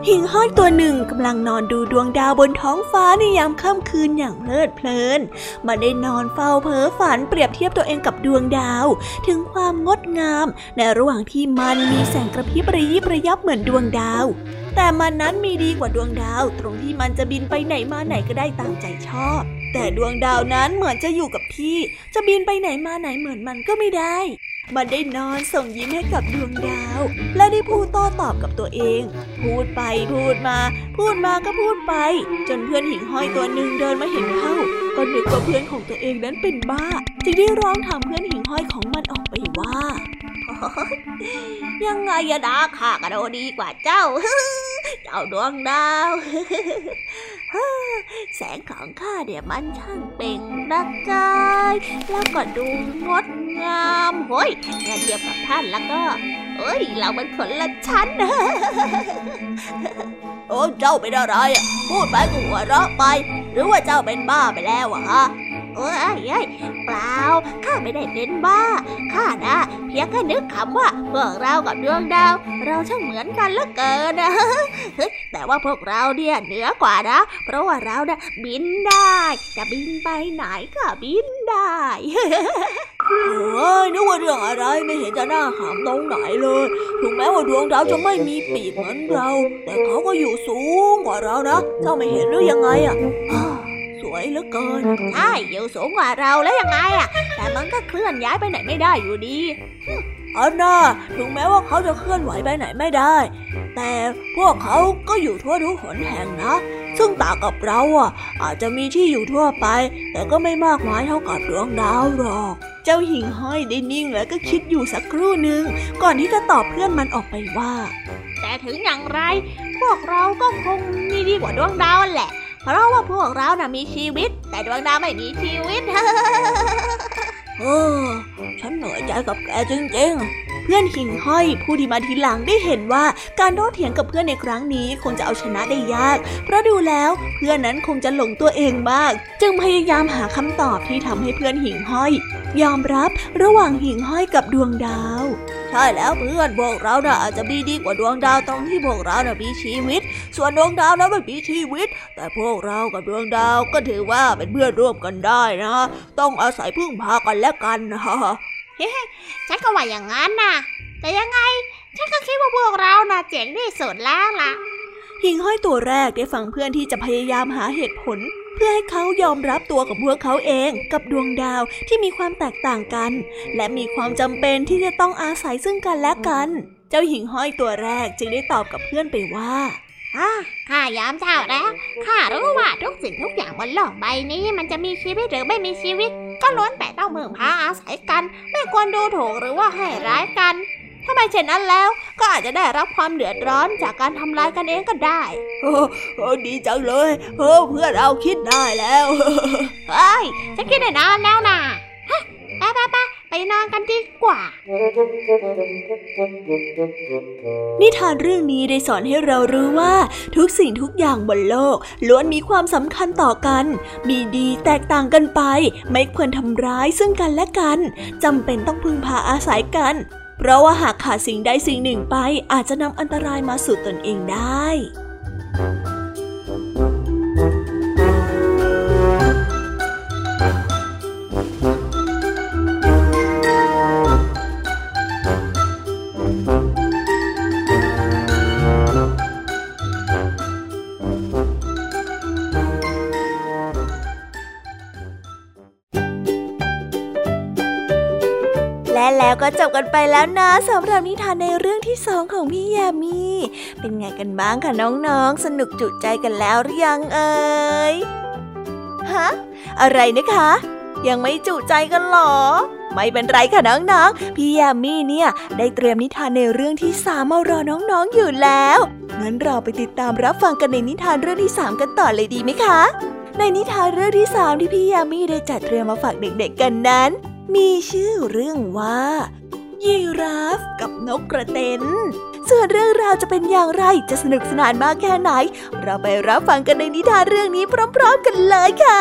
หิ่งห้อยตัวหนึ่งกำลังนอนดูดวงดาวบนท้องฟ้าในยามค่ำคืนอย่างเพลิดเพลินมันได้นอนเฝ้าเพ้อฝันเปรียบเทียบตัวเองกับดวงดาวถึงความงดงามในระหว่างที่มันมีแสงกระพริบระยิบระยับเหมือนดวงดาวแต่มันนั้นมีดีกว่าดวงดาวตรงที่มันจะบินไปไหนมาไหนก็ได้ตามใจชอบแต่ดวงดาวนั้นเหมือนจะอยู่กับที่จะบินไปไหนมาไหนเหมือนมันก็ไม่ได้มันได้นอนส่งยิ้มให้กับดวงดาวและได้พูดโต้ตอบกับตัวเองพูดไปพูดมาพูดมาก็พูดไปจนเพื่อนหิ่งห้อยตัวหนึ่งเดินมาเห็นเข้าก็นึกว่าเพื่อนของตัวเองนั้นเป็นบ้าจึงได้ร้องถามเพื่อนหิ่งห้อยของมันออกไปว่ายังไงอะนะข้าก็โดดีกว่าเจ้า เจ้าดวงดาวแสงของข้าเดี๋ยวมันช่างเปล่งประกายแล้วก็ดูงดงามโห้ยเมื่อเทียบกับท่านแล้วก็เอ้ยเรามันคนละชั้น โอ้เจ้าเป็นอะไรอ่ะพูดไปก็หัวเราะไปหรือว่าเจ้าเป็นบ้าไปแล้วอะฮะเอ้ยเอ้ยเปล่าข้าไม่ได้เป็นบ้าข้านะเพียงแค่นึกคำว่าพวกเรากับดวงดาวเราช่างเหมือนกันเหลือเกินนะแต่ว่าพวกเราเนี่ยเหนือกว่านะเพราะว่าเราเนี่ยบินได้จะบินไปไหนก็บินได้เฮ้ยนึกว่าเรื่องอะไรไม่เห็นจะน่าขำตรงไหนเลยถึงแม้ว่าดวงดาวจะไม่มีปีกเหมือนเราแต่เขาก็อยู่สูงกว่าเรานะเจ้าไม่เห็นหรือยังไงอ่ะสวยเหลือเกินใช่อยู่สูงกว่าเราแล้วยังไงอ่ะแต่มันก็เคลื่อนย้ายไปไหนไม่ได้อยู่ดีอันน่ะถึงแม้ว่าเขาจะเคลื่อนไหวไปไหนไม่ได้แต่พวกเขาก็อยู่ทั่วทุกหนแห่งนะซึ่งต่างกับเราอ่ะอาจจะมีที่อยู่ทั่วไปแต่ก็ไม่มากมายเท่ากับดวงดาวหรอกเจ้าหิ่งห้อยได้นิ่งแล้วก็คิดอยู่สักครู่หนึ่งก่อนที่จะตอบเพื่อนมันออกไปว่าแต่ถึงอย่างไรพวกเราก็คงมีดีกว่าดวงดาวแหละเพราะว่าพวกเราน่ะมีชีวิตแต่ดวงดาวไม่มีชีวิต เออฉันเหนื่อยใจกับแกจริงๆเพื่อนหิ่งห้อยผู้ที่มาทีหลังได้เห็นว่าการโต้เถียงกับเพื่อนในครั้งนี้คงจะเอาชนะได้ยากเพราะดูแล้วเพื่อนนั้นคงจะหลงตัวเองมากจึงพยายามหาคำตอบที่ทำให้เพื่อนหิ่งห้อยยอมรับระหว่างหิ่งห้อยกับดวงดาวใช่แล้วเพื่อนพวกเราน่ะอาจจะมีดีกว่าดวงดาวตรงที่พวกเราน่ะมีชีวิตส่วนดวงดาวนั้นไม่มีชีวิตแต่พวกเรากับดวงดาวก็ถือว่าเป็นเพื่อนร่วมกันได้นะต้องอาศัยพึ่งพากันและกันนะเฮ้ฉันก็ว่าอย่างนั้นน่ะแต่ยังไงฉันก็คิดว่าพวกเราน่ะเจ๋งที่สุดแล้วล่ะหิ่งห้อยตัวแรกได้ฟังเพื่อนที่จะพยายามหาเหตุผลเพื่อให้เขายอมรับตัวกับพวกเขาเองกับดวงดาวที่มีความแตกต่างกันและมีความจำเป็นที่จะต้องอาศัยซึ่งกันและกันเจ้าหิ่งห้อยตัวแรกจึงได้ตอบกับเพื่อนไปว่าอ่ะข้ายอมเจ้าแล้วข้ารู้ว่าทุกสิ่งทุกอย่างบนโลกใบนี้มันจะมีชีวิตหรือไม่มีชีวิตก็ล้วนแต่ต้องพึ่งพาอาศัยกันไม่ควรดูถูกหรือว่าให้ร้ายกันถ้าไม่เช่นนั้นแล้วก็อาจจะได้รับความเดือดร้อนจากการทำลายกันเองก็ได้โอ้โอ้ดีจังเลยเฮ้เพื่อนเราคิดได้แล้วเฮ้ยฉันคิดได้นานแล้วนะไปไปไปไปนอนกันดีกว่านิทานเรื่องนี้ได้สอนให้เรารู้ว่าทุกสิ่งทุกอย่างบนโลกล้วนมีความสำคัญต่อกันมีดีแตกต่างกันไปไม่ควรทำร้ายซึ่งกันและกันจำเป็นต้องพึ่งพาอาศัยกันเพราะว่าหากขาดสิ่งใดสิ่งหนึ่งไปอาจจะนำอันตรายมาสู่ตนเองได้แล้วก็จบกันไปแล้วนะสำหรับนิทานในเรื่องที่สองของพี่ยามีเป็นไงกันบ้างคะน้องๆสนุกจุใจกันแล้วหรือยังเอ่ยฮะอะไรนะคะยังไม่จุใจกันหรอไม่เป็นไรค่ะน้องๆพี่ยามีเนี่ยได้เตรียมนิทานในเรื่องที่สามมารอน้องๆอยู่แล้วงั้นเราไปติดตามรับฟังกันในนิทานเรื่องที่สามกันต่อเลยดีไหมคะในนิทานเรื่องที่สามที่พี่ยามีได้จัดเตรียมมาฝากเด็กๆกันนั้นมีชื่อเรื่องว่ายีราฟกับนกกระเต็นส่วนเรื่องราวจะเป็นอย่างไรจะสนุกสนานมากแค่ไหนเราไปรับฟังกันในนิทานเรื่องนี้พร้อมๆกันเลยค่ะ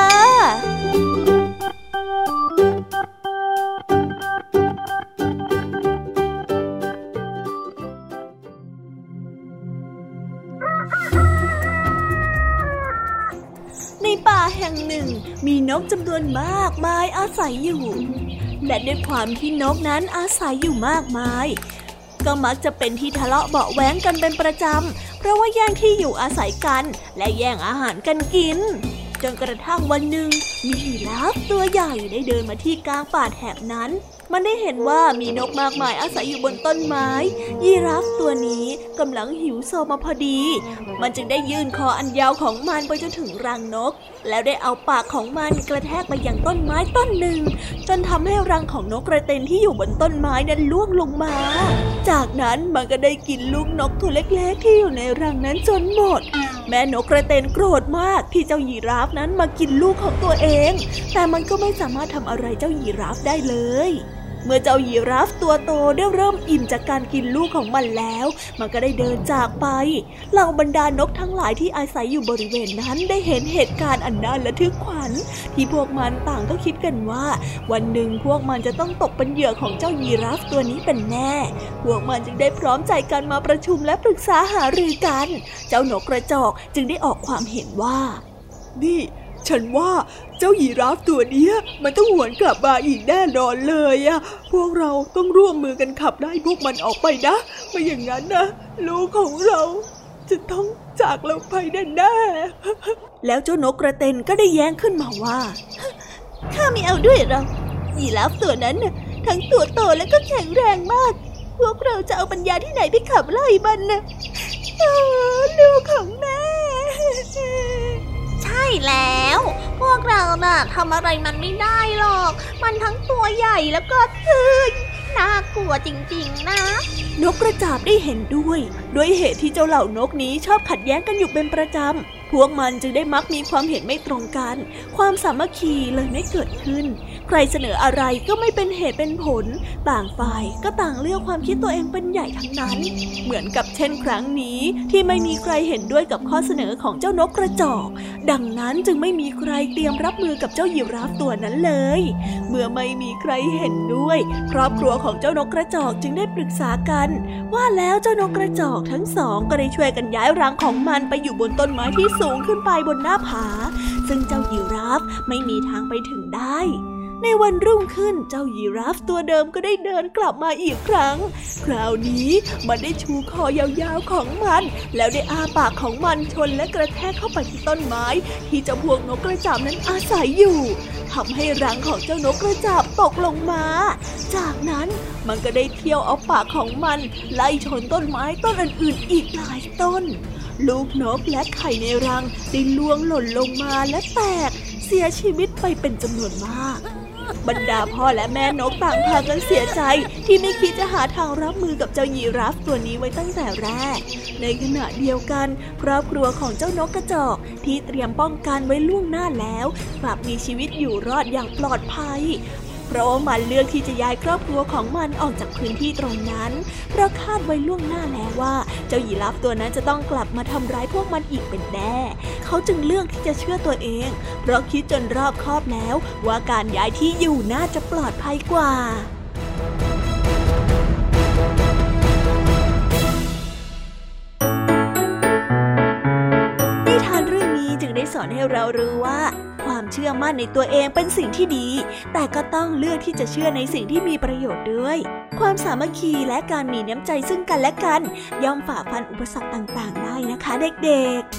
มีนกจำนวนมากมายอาศัยอยู่และด้วยความที่นกนั้นอาศัยอยู่มากมายก็มักจะเป็นที่ทะเลาะเบาะแว้งกันเป็นประจำเพราะว่าแย่งที่อยู่อาศัยกันและแย่งอาหารกันกินจนกระทั่งวันหนึ่งมียีราฟตัวใหญ่ได้เดินมาที่กลางป่าแถบนั้นมันได้เห็นว่ามีนกมากมายอาศัยอยู่บนต้นไม้ยีราฟตัวนี้กำลังหิวโซมาพอดีมันจึงได้ยื่นคออันยาวของมันไปจนถึงรังนกแล้วได้เอาปากของมันกระแทกไปยังต้นไม้ต้นหนึ่งจนทำให้รังของนกกระเตนที่อยู่บนต้นไม้นั้นล่วงลงมาจากนั้นมันก็ได้กินลูกนกตัวเล็กๆที่อยู่ในรังนั้นจนหมดแม่นกกระเตนโกรธมากที่เจ้ายีราฟนั้นมากินลูกของตัวเองแต่มันก็ไม่สามารถทำอะไรเจ้ายีราฟได้เลยเมื่อเจ้ายีราฟตัวโตได้เริ่มอิ่มจากการกินลูกของมันแล้วมันก็ได้เดินจากไปเหล่าบรรดานกทั้งหลายที่อาศัยอยู่บริเวณนั้นได้เห็นเหตุการณ์อันน่าระทึกขวัญที่พวกมันต่างก็คิดกันว่าวันหนึ่งพวกมันจะต้องตกเป็นเหยื่อของเจ้ายีราฟตัวนี้เป็นแน่พวกมันจึงได้พร้อมใจกันมาประชุมและปรึกษาหารือกันเจ้านกกระจอกจึงได้ออกความเห็นว่านี่ฉันว่าเจ้ายีราฟตัวนี้มันต้องหวนกลับมาอีกแน่นอนเลยอะพวกเราต้องร่วมมือกันขับไล่พวกมันออกไปนะไม่อย่างนั้นนะลูกของเราจะต้องจากเราไปแน่ๆแล้วเจ้านกกระเตนก็ได้แย้งขึ้นมาว่าข้าไม่เอาด้วยหรอกยีราฟตัวนั้นน่ะทั้งตัวโตและก็แข็งแรงมากพวกเราจะเอาปัญญาที่ไหนไปขับไล่มันนะลูกของแม่ใช่แล้วพวกเราน่ะทำอะไรมันไม่ได้หรอกมันทั้งตัวใหญ่แล้วก็ทึ่งน่ากลัวจริงๆนะนกกระจาบได้เห็นด้วยด้วยเหตุที่เจ้าเหล่านกนี้ชอบขัดแย้งกันอยู่เป็นประจำพวกมันจึงได้มักมีความเห็นไม่ตรงกันความสามัคคีเลยไม่เกิดขึ้นใครเสนออะไรก็ไม่เป็นเหตุเป็นผลต่างฝ่ายก็ต่างเลือกความคิดตัวเองเป็นใหญ่ทั้งนั้นเหมือนกับเช่นครั้งนี้ที่ไม่มีใครเห็นด้วยกับข้อเสนอของเจ้านกกระจอกดังนั้นจึงไม่มีใครเตรียมรับมือกับเจ้ายีราฟตัวนั้นเลยเมื่อไม่มีใครเห็นด้วยครอบครัวของเจ้านกกระจอกจึงได้ปรึกษากันว่าแล้วเจ้านกกระจอกทั้งสองก็ได้ช่วยกันย้ายรังของมันไปอยู่บนต้นไม้ที่สูงขึ้นไปบนหน้าผาซึ่งเจ้ายีราฟไม่มีทางไปถึงได้ในวันรุ่งขึ้นเจ้ายีราฟตัวเดิมก็ได้เดินกลับมาอีกครั้งคราวนี้มันได้ชูคอยาวๆของมันแล้วได้อ้าปากของมันชนและกระแทกเข้าไปที่ต้นไม้ที่เจ้าพวกนกกระจาบนั้นอาศัยอยู่ทำให้รังของเจ้านกกระจาบตกลงมาจากนั้นมันก็ได้เที่ยวเอาปากของมันไล่ชนต้นไม้ต้นอื่นๆอีกหลายต้นลูกนกและไข่ในรังได้ล่วงหล่นลงมาและแตกเสียชีวิตไปเป็นจำนวนมากบรรดาพ่อและแม่นกต่างพากันเสียใจที่ไม่คิดจะหาทางรับมือกับเจ้ายีราฟตัวนี้ไว้ตั้งแต่แรกในขณะเดียวกันครอบครัวของเจ้านกกระจอกที่เตรียมป้องกันไว้ล่วงหน้าแล้วกลับมีชีวิตอยู่รอดอย่างปลอดภัยเพราะว่ามันเลือกที่จะย้ายครอบครัวของมันออกจากพื้นที่ตรงนั้นเพราะคาดไว้ล่วงหน้าแล้วว่าเจ้ายีราฟตัวนั้นจะต้องกลับมาทำร้ายพวกมันอีกเป็นแน่เขาจึงเลือกที่จะเชื่อตัวเองเพราะคิดจนรอบคอบแล้วว่าการย้ายที่อยู่น่าจะปลอดภัยกว่านิทานเรื่องนี้จึงได้สอนให้เรารู้ว่าความเชื่อมั่นในตัวเองเป็นสิ่งที่ดีแต่ก็ต้องเลือกที่จะเชื่อในสิ่งที่มีประโยชน์ด้วยความสามัคคีและการมีน้ำใจซึ่งกันและกันย่อมฝ่าฟันอุปสรรคต่างๆได้นะคะเด็กๆ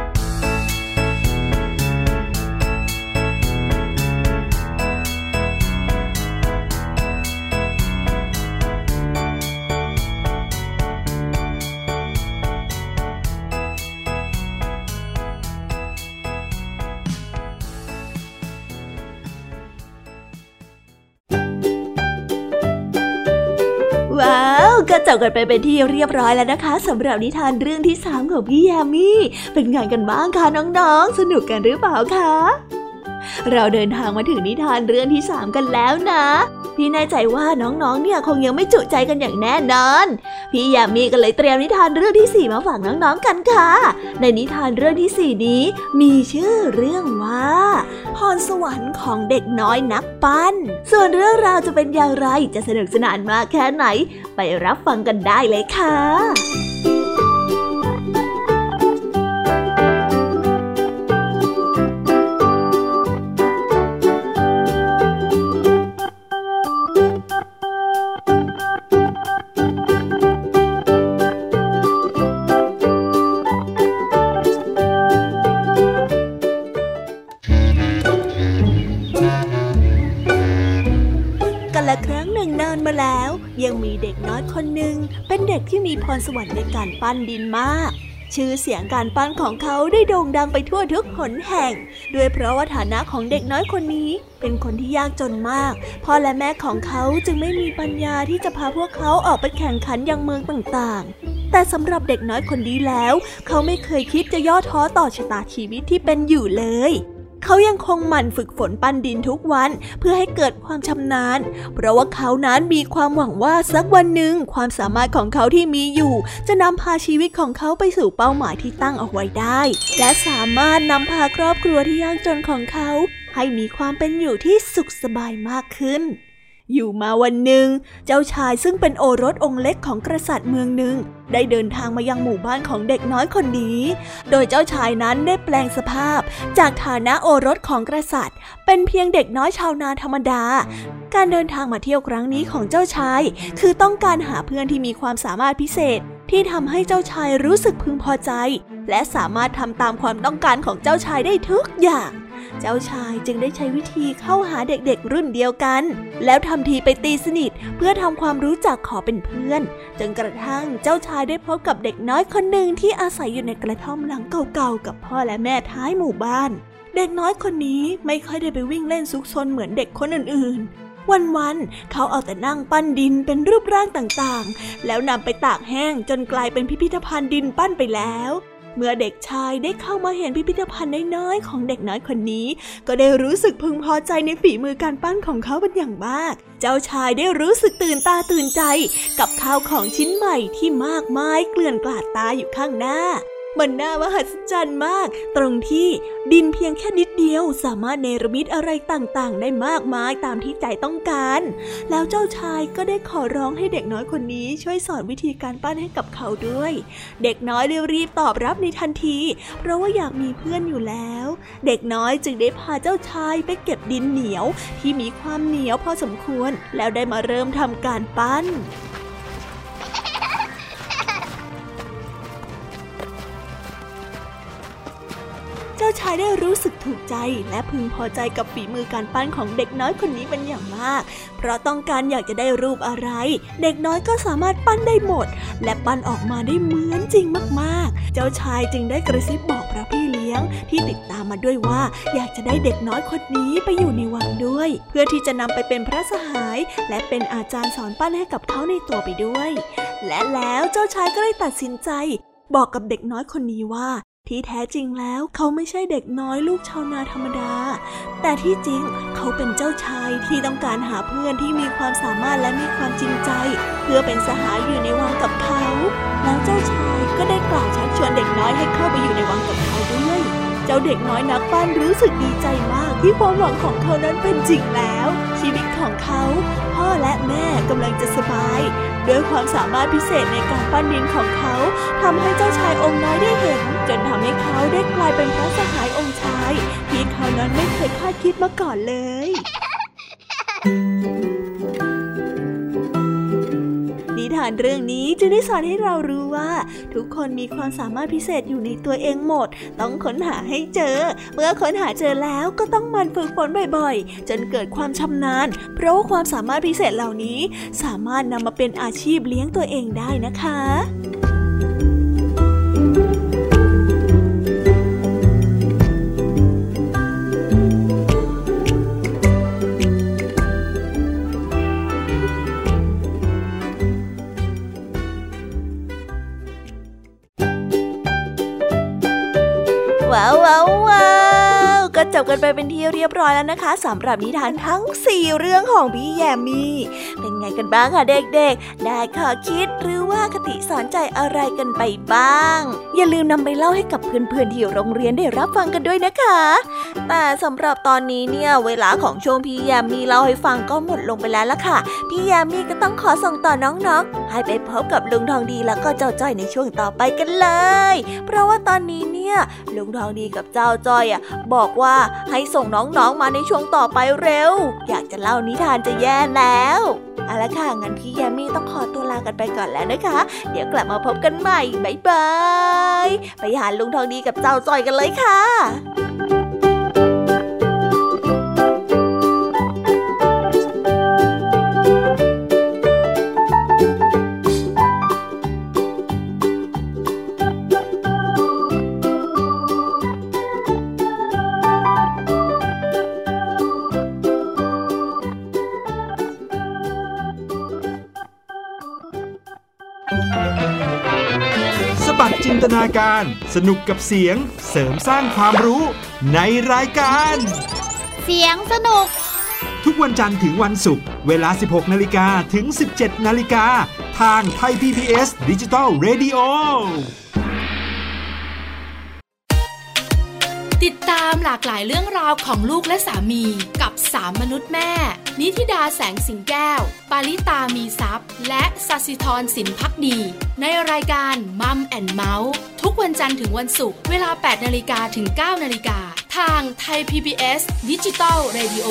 ว้าวก็จบกันไปเป็นที่เรียบร้อยแล้วนะคะสำหรับนิทานเรื่องที่สามของพี่ยามีเป็นไงกันบ้างคะน้องๆสนุกกันหรือเปล่าคะเราเดินทางมาถึงนิทานเรื่องที่สามกันแล้วนะพี่แน่ใจว่าน้องๆเนี่ยคงยังไม่จุใจกันอย่างแน่นอนพี่ยามีก็เลยเตรียมนิทานเรื่องที่สี่มาฝากน้องๆกันค่ะในนิทานเรื่องที่สี่นี้มีชื่อเรื่องว่าพรสวรรค์ของเด็กน้อยนักปั้นส่วนเรื่องราวจะเป็นอย่างไรจะสนุกสนานมากแค่ไหนไปรับฟังกันได้เลยค่ะครั้งหนึ่งนานมาแล้วยังมีเด็กน้อยคนหนึ่งเป็นเด็กที่มีพรสวรรค์ในการปั้นดินมากชื่อเสียงการปั้นของเขาได้โด่งดังไปทั่วทุกหนแห่งด้วยเพราะว่าฐานะของเด็กน้อยคนนี้เป็นคนที่ยากจนมากพ่อและแม่ของเขาจึงไม่มีปัญญาที่จะพาพวกเขาออกไปแข่งขันยังเมืองต่างๆแต่สำหรับเด็กน้อยคนนี้แล้วเขาไม่เคยคิดจะย่อท้อต่อชะตาชีวิตที่เป็นอยู่เลยเขายังคงหมั่นฝึกฝนปั้นดินทุกวันเพื่อให้เกิดความชำนาญเพราะว่าเขานั้นมีความหวังว่าสักวันหนึ่งความสามารถของเขาที่มีอยู่จะนำพาชีวิตของเขาไปสู่เป้าหมายที่ตั้งเอาไว้ได้และสามารถนำพาครอบครัวที่ยากจนของเขาให้มีความเป็นอยู่ที่สุขสบายมากขึ้นอยู่มาวันหนึ่งเจ้าชายซึ่งเป็นโอรสองค์เล็กของกษัตริย์เมืองหนึ่งได้เดินทางมายังหมู่บ้านของเด็กน้อยคนนี้โดยเจ้าชายนั้นได้แปลงสภาพจากฐานะโอรสของกษัตริย์เป็นเพียงเด็กน้อยชาวนาธรรมดาการเดินทางมาเที่ยวครั้งนี้ของเจ้าชายคือต้องการหาเพื่อนที่มีความสามารถพิเศษที่ทำให้เจ้าชายรู้สึกพึงพอใจและสามารถทำตามความต้องการของเจ้าชายได้ทุกอย่างเจ้าชายจึงได้ใช้วิธีเข้าหาเด็กๆรุ่นเดียวกันแล้วทำทีไปตีสนิทเพื่อทำความรู้จักขอเป็นเพื่อนจนกระทั่งเจ้าชายได้พบกับเด็กน้อยคนหนึ่งที่อาศัยอยู่ในกระท่อมหลังเก่าๆกับพ่อและแม่ท้ายหมู่บ้านเด็กน้อยคนนี้ไม่ค่อยได้ไปวิ่งเล่นซุกซนเหมือนเด็กคนอื่นๆวันๆเขาเอาแต่นั่งปั้นดินเป็นรูปร่างต่างๆแล้วนำไปตากแห้งจนกลายเป็นพิพิธภัณฑ์ดินปั้นไปแล้วเมื่อเด็กชายได้เข้ามาเห็นพิพิธภัณฑ์น้อยๆของเด็กน้อยคนนี้ก็ได้รู้สึกพึงพอใจในฝีมือการปั้นของเขาเป็นอย่างมากเจ้าชายได้รู้สึกตื่นตาตื่นใจกับข้าวของชิ้นใหม่ที่มากมายเกลื่อนกลาดตาอยู่ข้างหน้ามันน่ามหัศจรรย์มากตรงที่ดินเพียงแค่นิดเดียวสามารถเนรมิตอะไรต่างๆได้มากมายตามที่ใจต้องการแล้วเจ้าชายก็ได้ขอร้องให้เด็กน้อยคนนี้ช่วยสอนวิธีการปั้นให้กับเขาด้วยเด็กน้อยได้รีบตอบรับในทันทีเพราะว่าอยากมีเพื่อนอยู่แล้วเด็กน้อยจึงได้พาเจ้าชายไปเก็บดินเหนียวที่มีความเหนียวพอสมควรแล้วได้มาเริ่มทำการปั้นเจ้าชายได้รู้สึกถูกใจและพึงพอใจกับฝีมือการปั้นของเด็กน้อยคนนี้เป็นอย่างมากเพราะต้องการอยากจะได้รูปอะไรเด็กน้อยก็สามารถปั้นได้หมดและปั้นออกมาได้เหมือนจริงมากๆเจ้าชายจึงได้กระซิบบอกพระพี่เลี้ยงที่ติดตามมาด้วยว่าอยากจะได้เด็กน้อยคนนี้ไปอยู่ในวังด้วยเพื่อที่จะนำไปเป็นพระสหายและเป็นอาจารย์สอนปั้นให้กับเขาในตัวไปด้วยและแล้วเจ้าชายก็ได้ตัดสินใจบอกกับเด็กน้อยคนนี้ว่าที่แท้จริงแล้วเขาไม่ใช่เด็กน้อยลูกชาวนาธรรมดาแต่ที่จริงเขาเป็นเจ้าชายที่ต้องการหาเพื่อนที่มีความสามารถและมีความจริงใจเพื่อเป็นสหายอยู่ในวังกับเขาแล้วเจ้าชายก็ได้กล่าวชักชวนเด็กน้อยให้เข้าไปอยู่ในวังกับเขาด้วยเจ้าเด็กน้อยนักปั้นรู้สึกดีใจมากที่ความหวังของเขานั้นเป็นจริงแล้วชีวิตของเขาพ่อและแม่กำลังจะสบายด้วยความสามารถพิเศษในการปั้นดินของเขาทำให้เจ้าชายองค์น้อยได้เห็นจนทำให้เขาได้กลายเป็นพระสหายองค์ชายที่เขานั้นไม่เคยคาดคิดมาก่อนเลยนิทานเรื่องนี้จึงได้สอนให้เรารู้ว่าทุกคนมีความสามารถพิเศษอยู่ในตัวเองหมดต้องค้นหาให้เจอเมื่อค้นหาเจอแล้วก็ต้องหมั่นฝึกฝนบ่อยๆจนเกิดความชำนาญเพราะว่าความสามารถพิเศษเหล่านี้สามารถนำมาเป็นอาชีพเลี้ยงตัวเองได้นะคะว้าวว้าวว้าวก็จบกันไปเป็นที่เรียบร้อยแล้วนะคะสำหรับนิทานทั้งสี่เรื่องของพี่แยมมี่เป็นไงกันบ้างคะเด็กๆได้ข้อคิดหรือว่าคติสอนใจอะไรกันไปบ้างอย่าลืมนำไปเล่าให้กับเพื่อนๆที่โรงเรียนได้รับฟังกันด้วยนะคะแต่สำหรับตอนนี้เนี่ยเวลาของช่วงพี่แยมมี่เล่าให้ฟังก็หมดลงไปแล้วล่ะค่ะพี่แยมมี่ก็ต้องขอส่งต่อน้องๆให้ไปพบกับลุงทองดีแล้วก็เจ้าจ้อยในช่วงต่อไปกันเลยเพราะว่าตอนนี้เนี่ยลุงทองดีกับเจ้าจ้อยอ่ะบอกว่าให้ส่งน้องๆมาในช่วงต่อไปเร็วอยากจะเล่านิทานจะแย่แล้วเอาละค่ะงั้นพี่แยมมี่ต้องขอตัวลากันไปก่อนแล้วนะคะเดี๋ยวกลับมาพบกันใหม่บ๊ายบายไปหาลุงทองดีกับเจ้าจ้อยกันเลยค่ะสบัดจินตนาการสนุกกับเสียงเสริมสร้างความรู้ในรายการเสียงสนุกทุกวันจันทร์ถึงวันศุกร์เวลา สิบหกนาฬิกา ถึง สิบเจ็ดนาฬิกา ทางไทย พี บี เอส Digital Radio ติดตามหลากหลายเรื่องราวของลูกและสามีกับสามมนุษย์แม่นิธิดาแสงสิงแก้วปาริตามีทรัพย์และศศิธรสินภักดีในรายการมัมแอนด์เมาส์ทุกวันจันทร์ถึงวันศุกร์เวลา แปดนาฬิกา ถึง เก้านาฬิกา ทางไทย พี บี เอส Digital Radio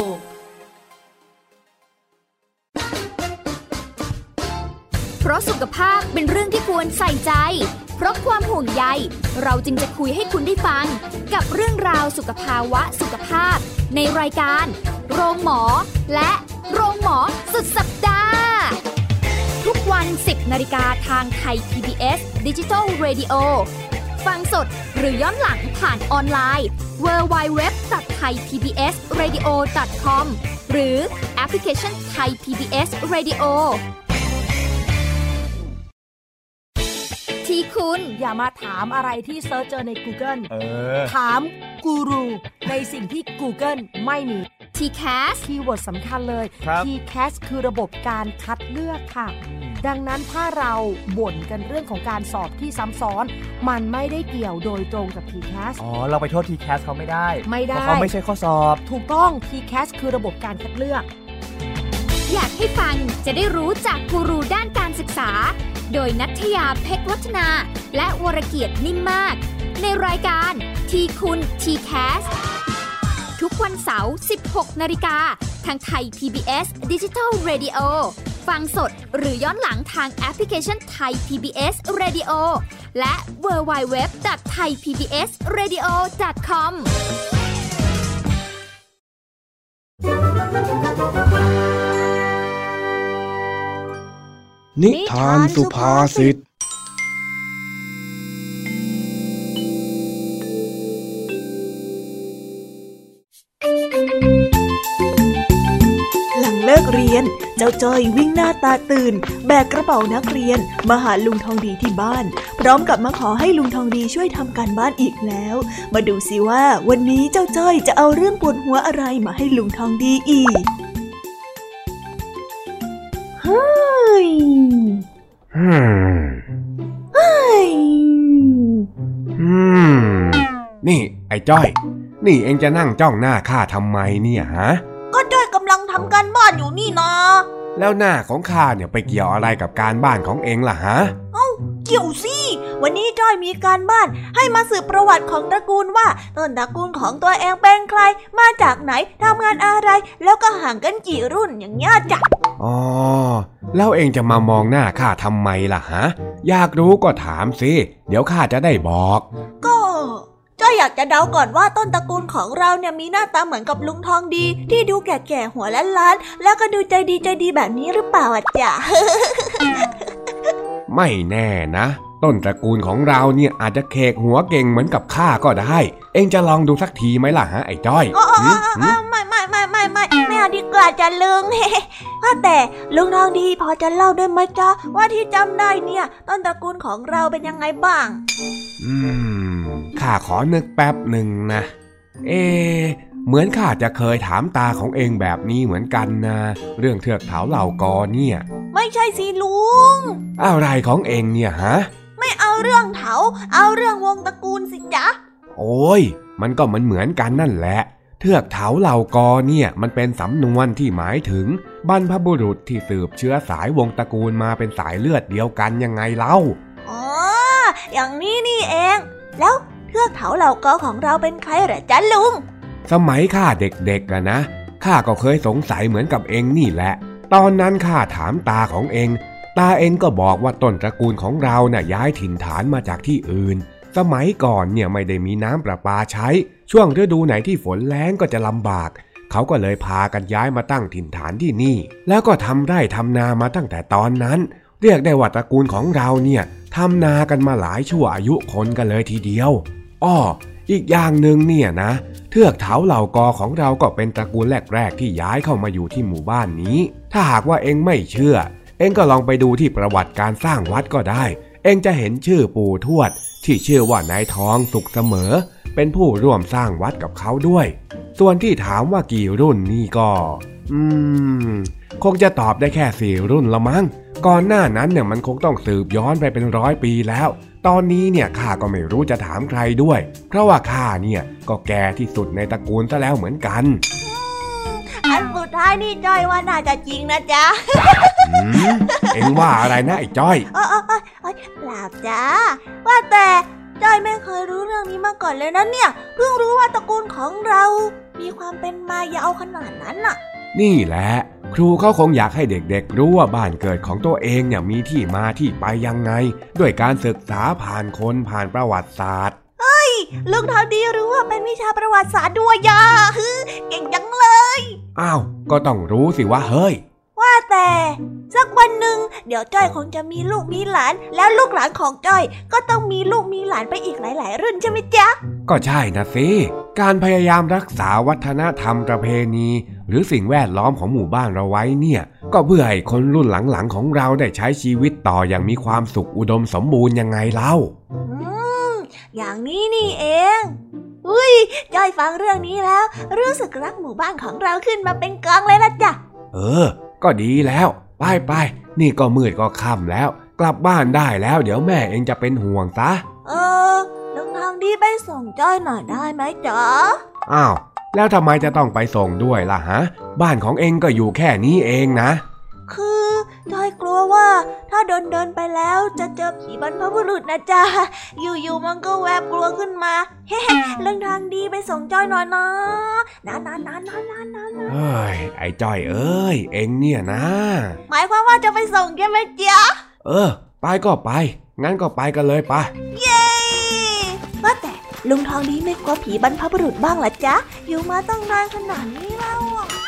เพราะสุขภาพเป็นเรื่องที่ควรใส่ใจเพราะความห่วงใยเราจึงจะคุยให้คุณได้ฟังกับเรื่องราวสุขภาวะสุขภาพในรายการโรงหมอและโรงหมอสุดสัปดาห์ทุกวัน สิบนาฬิกาทางไทย พี บี เอส Digital Radio ฟังสดหรือย้อนหลังผ่านออนไลน์ ดับเบิลยู ดับเบิลยู ดับเบิลยู ดอท ไทย พี บี เอส เรดิโอ ดอท คอม หรือแอปพลิเคชัน Thai พี บี เอส Radioที่คุณอย่ามาถามอะไรที่เซิร์ชเจอใน Google เออถามกูรูในสิ่งที่ Google ไม่มีที แคสคีย์เวิร์ดสำคัญเลย ที แคส คือระบบการคัดเลือกค่ะดังนั้นถ้าเราบ่นกันเรื่องของการสอบที่ซ้ำซ้อนมันไม่ได้เกี่ยวโดยตรงกับ ที แคสอ๋อเราไปโทษ ที แคส เขาไม่ได้ไม่ได้เพราะเขาไม่ใช่ข้อสอบถูกต้อง ที แคส คือระบบการคัดเลือกอยากให้ฟังจะได้รู้จากกูรูด้านการศึกษาโดยณัฐยาเพชรวัฒนาและวรเกียรตินิ่มมากในรายการทีคุณ ที แคส ทุกวันเสาร์ สิบหกนาฬิกาทางไทย พี บี เอส Digital Radio ฟังสดหรือย้อนหลังทางแอปพลิเคชัน Thai พี บี เอส Radio และ ดับเบิลยู ดับเบิลยู ดับเบิลยู ดอท ไทย พี บี เอส เรดิโอ ดอท คอมนิทานสุภาษิตหลังเลิกเรียนเจ้าจ้อยวิ่งหน้าตาตื่นแบกกระเป๋านักเรียนมาหาลุงทองดีที่บ้านพร้อมกับมาขอให้ลุงทองดีช่วยทำการบ้านอีกแล้วมาดูสิว่าวันนี้เจ้าจ้อยจะเอาเรื่องปวดหัวอะไรมาให้ลุงทองดีอีกเฮ้ยฮึมเฮ้ยฮึมนี่ไอ้จ้อยนี่เอ็งจะนั่งจ้องหน้าข้าทำไมเนี่ยฮะก็จ้อยกำลังทำการบ้านอยู่นี่นะแล้วหน้าของข้าเนี่ยไปเกี่ยวอะไรกับการบ้านของเอ็งล่ะฮะเอ้าเกี่ยวสิวันนี้จ้อยมีการบ้านให้มาสืบประวัติของตระกูลว่าต้นตระกูลของตัวเองเป็นใครมาจากไหนทำงานอะไรแล้วก็ห่างกันกี่รุ่นอย่างเงี้ยจ้ะอ๋อแล้วเอ็งจะมามองหน้าข้าทำไมล่ะฮะอยากรู้ก็ถามสิเดี๋ยวข้าจะได้บอกก็จ้อยอยากจะเดาก่อนว่าต้นตระกูลของเราเนี่ยมีหน้าตาเหมือนกับลุงทองดีที่ดูแก่ๆหัวล้านๆแล้วก็ดูใจดีใจดีแบบนี้หรือเปล่าอ่ะจ๊ะไม่แน่นะต้นตระกูลของเราเนี่ยอาจจะเคกหัวเก่งเหมือนกับข้าก็ได้เอ็งจะลองดูสักทีไหมล่ะฮะไอ้จ้อยไม่ไม่ไม่ไม่ไม่ไม่เอาดีกว่าจะลุงว่าแต่ลุงทองดีพอจะเล่าได้ไหมจ๊ะว่าที่จำได้เนี่ยต้นตระกูลของเราเป็นยังไงบ้างอืมข้าขอนึกแป๊บหนึ่งนะเอเหมือนข้าจะเคยถามตาของเองแบบนี้เหมือนกันนะเรื่องเทือกเขาเหล่ากอเนี่ยไม่ใช่สิลุงอะไรของเองเนี่ยฮะไม่เอาเรื่องเถาเอาเรื่องวงตระกูลสิจ๊ะโอ้ยมันก็มันเหมือนกันนั่นแหละเทือกเขาเหล่ากอเนี่ยมันเป็นสำนวนที่หมายถึงบรรพบุรุษที่สืบเชื้อสายวงตระกูลมาเป็นสายเลือดเดียวกันยังไงเล่าอ๋ออย่างนี้นี่เองแล้วเทือกเขาเหล่ากอของเราเป็นใครเหรอจ๊ะลุงสมัยข้าเด็กๆอะนะข้าก็เคยสงสัยเหมือนกับเองนี่แหละตอนนั้นข้าถามตาของเองตาเองก็บอกว่าต้นตระกูลของเราน่ะย้ายถิ่นฐานมาจากที่อื่นสมัยก่อนเนี่ยไม่ได้มีน้ำประปาใช้ช่วงฤดูไหนที่ฝนแล้งก็จะลำบากเขาก็เลยพากันย้ายมาตั้งถิ่นฐานที่นี่แล้วก็ทำไร่ทำนามาตั้งแต่ตอนนั้นเรียกได้ว่าตระกูลของเราเนี่ยทำนากันมาหลายชั่วอายุคนกันเลยทีเดียวอ้ออีกอย่างหนึ่งเนี่ยนะเทือกเขาเหล่ากอของเราก็เป็นตระกูลแรกๆที่ย้ายเข้ามาอยู่ที่หมู่บ้านนี้ถ้าหากว่าเอ็งไม่เชื่อเอ็งก็ลองไปดูที่ประวัติการสร้างวัดก็ได้เอ็งจะเห็นชื่อปู่ทวดที่ชื่อว่านายทองสุขเสมอเป็นผู้ร่วมสร้างวัดกับเขาด้วยส่วนที่ถามว่ากี่รุ่นนี่ก็อืมคงจะตอบได้แค่สี่รุ่นละมั้งก่อนหน้านั้นเนี่ยมันคงต้องสืบย้อนไปเป็นร้อยปีแล้วตอนนี้เนี่ยข้าก็ไม่รู้จะถามใครด้วยเพราะว่าข้าเนี่ยก็แก่ที่สุดในตระกูลซะแล้วเหมือนกันอันสุดท้ายนี่จ้อยว่าน่าจะจริงนะจ๊ะเอ็งว่าอะไรนะไอ้จ้อยเออเออเออเปล่าจ้าว่าแต่จ้อยไม่เคยรู้เรื่องนี้มาก่อนเลยนะเนี่ยเพิ่งรู้ว่าตระกูลของเรามีความเป็นมายาวขนาดนั้นน่ะนี่แหละครูเขาคงอยากให้เด็กๆรู้ว่าบ้านเกิดของตัวเองเนี่ยมีที่มาที่ไปยังไงด้วยการศึกษาผ่านคนผ่านประวัติศาสตร์เฮ้ยลุงทองดีรู้ว่าเป็นวิชาประวัติศาสตร์ด้วยย่าเก่งจังเลยอ้าวก็ต้องรู้สิว่าเฮ้ยว่าแต่สักวันหนึ่งเดี๋ยวจ้อยคงจะมีลูกมีหลานแล้วลูกหลานของจ้อยก็ต้องมีลูกมีหลานไปอีกหลายๆรุ่นใช่ไหมจ๊ะก็ใช่นะสิการพยายามรักษาวัฒนธรรมประเพณีหรือสิ่งแวดล้อมของหมู่บ้านเราไว้เนี่ยก็เพื่อให้คนรุ่นหลังๆของเราได้ใช้ชีวิตต่ออย่างมีความสุขอุดมสมบูรณ์ยังไงเล่าอืมอย่างนี้นี่เองอุ้ยจ้อยฟังเรื่องนี้แล้วรู้สึกรักหมู่บ้านของเราขึ้นมาเป็นกองเลยล่ะจ้ะเออก็ดีแล้วไปไปนี่ก็มืดก็ค่ำแล้วกลับบ้านได้แล้วเดี๋ยวแม่เองจะเป็นห่วงซะเออลุงทองดีไปส่งจ้อยหน่อยได้ไหมจ๊ะอ้าวแล้วทำไมจะต้องไปส่งด้วยล่ะฮะบ้านของเองก็อยู่แค่นี้เองนะคือจ้อยกลัวว่าถ้าเดินเดินไปแล้วจะเจอผีบรรพบุรุษนะจ๊ะอยู่ๆมันก็แวบกลัวขึ้นมาเฮ้ลุงทองดีไปส่งจ้อยหน่อยนะนะนะนะนะนะนะเฮ้ยไอ้จ้อยเอ้ยเองเนี่ยนะหมายความว่าจะไปส่งใช่ไหมจ๊ะเออไปก็ไปงั้นก็ไปกันเลยไปเย้ว่าแต่ลุงทองดีไม่กลัวผีบรรพบุรุษบ้างเหรอจ๊ะอยู่มาตั้งนานขนาดนี้แล้ว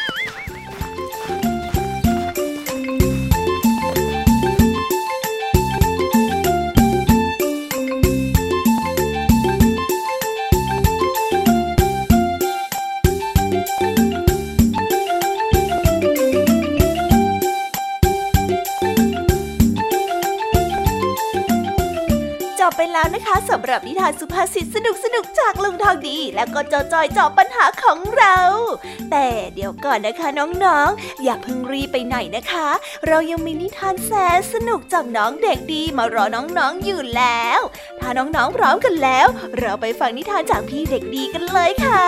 ไปแล้วนะคะสำหรับนิทานสุภาษิตสนุกๆจากลุงทองดีแล้วก็เจ้าจ้อยเจาะปัญหาของเราแต่เดี๋ยวก่อนนะคะน้องๆอย่าเพิ่งรีบไปไหนนะคะเรายังมีนิทานแสนสนุกจากน้องเด็กดีมารอน้องๆอยู่แล้วถ้าน้องๆพร้อมกันแล้วเราไปฟังนิทานจากพี่เด็กดีกันเลยค่ะ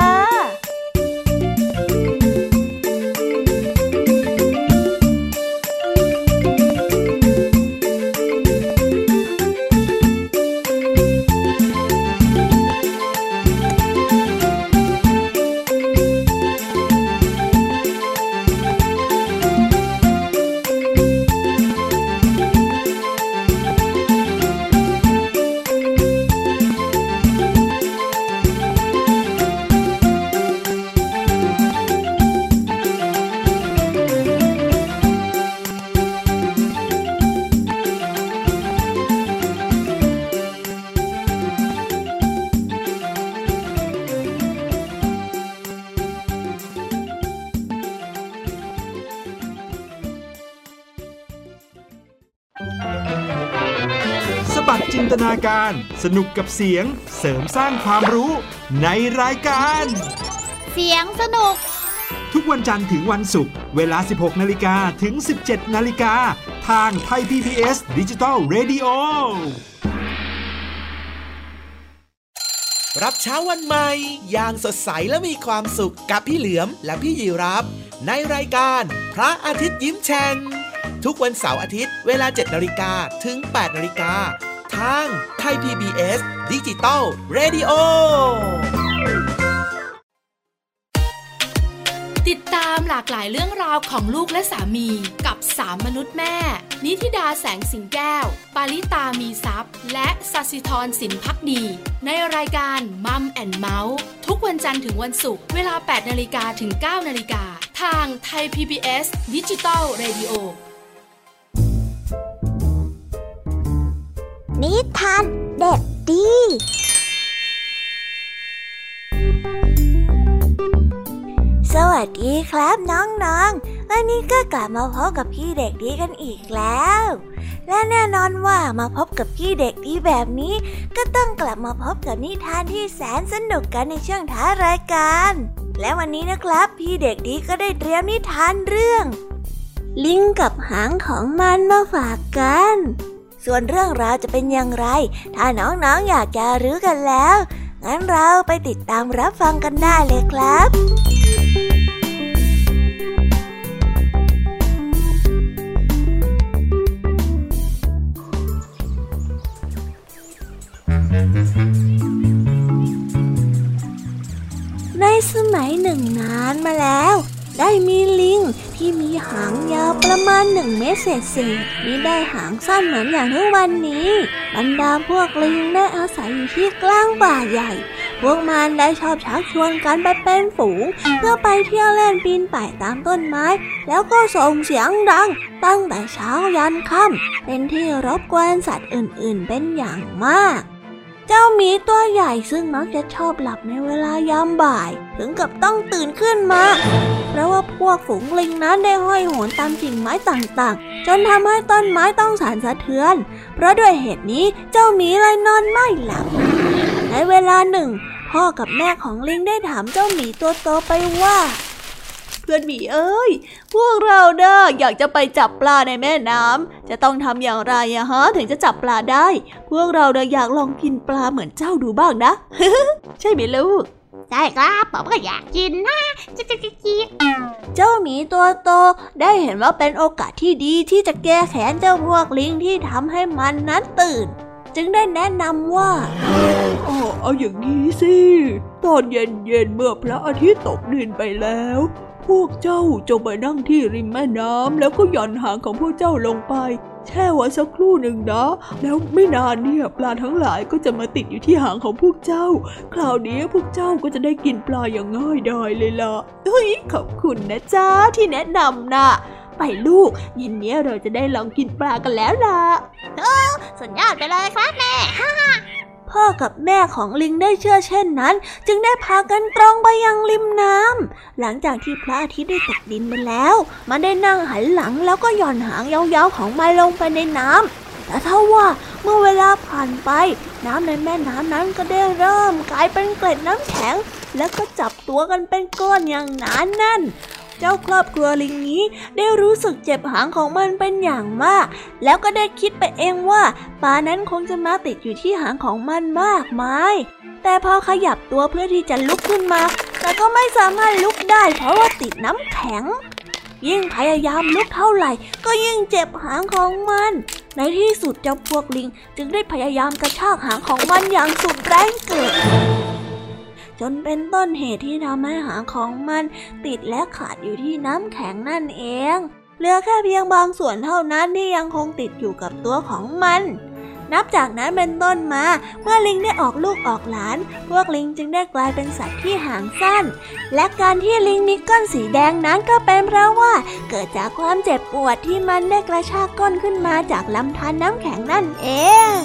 จินตนาการสนุกกับเสียงเสริมสร้างความรู้ในรายการเสียงสนุกทุกวันจันทร์ถึงวันศุกร์เวลา สิบหกนาฬิกา ถึง สิบเจ็ดนาฬิกา ทางไทย พี บี เอส Digital Radio รับเช้าวันใหม่อย่างสดใสและมีความสุขกับพี่เหลือมและพี่ยีรับในรายการพระอาทิตย์ยิ้มแฉ่งทุกวันเสาร์อาทิตย์เวลา เจ็ดนาฬิกา ถึง แปดนาฬิกาทางไทย พี บี เอส Digital Radio ติดตามหลากหลายเรื่องราวของลูกและสามีกับสามมนุษย์แม่นิธิดาแสงสิงแก้วปาริตามีทรัพย์และสัสิธรสินภักดีในรายการมัมแอนด์เมาส์ทุกวันจันทร์ถึงวันศุกร์เวลา แปดนาฬิกา ถึง เก้านาฬิกาทางไทย พี บี เอส Digital Radio นิทานเด็กดีสวัสดีครับน้องๆวันนี้ก็กลับมาพบกับพี่เด็กดีกันอีกแล้วและแน่นอนว่ามาพบกับพี่เด็กดีแบบนี้ก็ต้องกลับมาพบกับนิทานที่แสนสนุกกันในช่วงท้ายรายการและวันนี้นะครับพี่เด็กดีก็ได้เตรียมนิทานเรื่องลิงกับหางของมันมาฝากกันส่วนเรื่องราวจะเป็นอย่างไรถ้าน้องๆ อ, อยากจะรู้กันแล้วงั้นเราไปติดตามรับฟังกันได้เลยครับในสมัยหนึ่งนานมาแล้วได้มีลิงที่มีหางยาวประมาณหนึ่งเมตรเศษๆมิได้หางสั้นเหมือนอย่างทุกวันนี้บรรดาพวกลิงได้อาศัยอยู่ที่กลางป่าใหญ่พวกมันได้ชอบชักชวนกันไปเป็นฝูงเพื่อไปเที่ยวเล่นปีนป่ายตามต้นไม้แล้วก็ส่งเสียงดังตั้งแต่เช้ายันค่ำเป็นที่รบกวนสัตว์อื่นๆเป็นอย่างมากเจ้าหมีตัวใหญ่ซึ่งมักจะชอบหลับในเวลายามบ่ายถึงกับต้องตื่นขึ้นมาเพราะว่าพวกฝูงลิงนั้นได้ห้อยโหนตามกิ่งไม้ต่างๆจนทำให้ต้นไม้ต้องสั่นสะเทือนเพราะด้วยเหตุนี้เจ้าหมีเลยนอนไม่หลับในเวลาหนึ่งพ่อกับแม่ของลิงได้ถามเจ้าหมีตัวโตไปว่าเพื่อนหมีเอ้ยพวกเราเด้ออยากจะไปจับปลาในแม่น้ำจะต้องทำอย่างไรอะฮะถึงจะจับปลาได้พวกเราเด้ออยากลองกินปลาเหมือนเจ้าดูบ้างนะ ใช่ไหมลูกใช่ครับผมก็อยากกินนะจิ๊กจิ๊กจิ๊กเจ้าหมีตัวโตได้เห็นว่าเป็นโอกาสที่ดีที่จะแก้แค้นเจ้าพวกลิงที่ทำให้มันนั้นตื่นจึงได้แนะนำว่าอ๋อเอาอย่างนี้สิตอนเย็นๆเมื่อพระอาทิตย์ตกดินไปแล้วพวกเจ้าจงไปนั่งที่ริมแม่น้ำแล้วก็หย่อนหางของพวกเจ้าลงไปแช่ไว้สักครู่หนึ่งนะแล้วไม่นานเนี่ยปลาทั้งหลายก็จะมาติดอยู่ที่หางของพวกเจ้าคราวนี้พวกเจ้าก็จะได้กินปลาอย่างง่ายดายเลยล่ะเฮ้ยขอบคุณนะจ๊ะที่แนะนำนะไปลูกเย็นนี้เราจะได้ลองกินปลากันแล้วล่ะเออสุดยอดไปเลยครับแม่ฮ่าพ่อกับแม่ของลิงได้เชื่อเช่นนั้นจึงได้พากันตรงไปยังริมน้ำหลังจากที่พระอาทิตย์ได้ตกดินไปแล้วมันได้นั่งหันหลังแล้วก็หย่อนหางยาวๆของมันลงไปในน้ำแต่ถ้าว่าเมื่อเวลาผ่านไปน้ำในแม่น้ำนั้นก็ได้เริ่มกลายเป็นเกล็ดน้ำแข็งแล้วก็จับตัวกันเป็นก้อนอย่างหนาแน่นเจ้าครอบครัวลิงนี้ได้รู้สึกเจ็บหางของมันเป็นอย่างมากแล้วก็ได้คิดไปเองว่าปลานั้นคงจะมาติดอยู่ที่หางของมันมากมายแต่พอขยับตัวเพื่อที่จะลุกขึ้นมาแต่ก็ไม่สามารถลุกได้เพราะว่าติดน้ำแข็งยิ่งพยายามลุกเท่าไหร่ก็ยิ่งเจ็บหางของมันในที่สุดเจ้าพวกลิงจึงได้พยายามกระชากหางของมันอย่างสุดแรงเกิดจนเป็นต้นเหตุที่ทำให้หางของมันติดและขาดอยู่ที่น้ำแข็งนั่นเองเหลือแค่เพียงบางส่วนเท่านั้นที่ยังคงติดอยู่กับตัวของมันนับจากนั้นเป็นต้นมาเมื่อลิงได้ออกลูกออกหลานพวกลิงจึงได้กลายเป็นสัตว์ที่หางสั้นและการที่ลิงมีก้นสีแดงนั้นก็เป็นเพราะว่าเกิดจากความเจ็บปวดที่มันได้กระชากก้นขึ้นมาจากลำธารน้ำแข็งนั่นเอง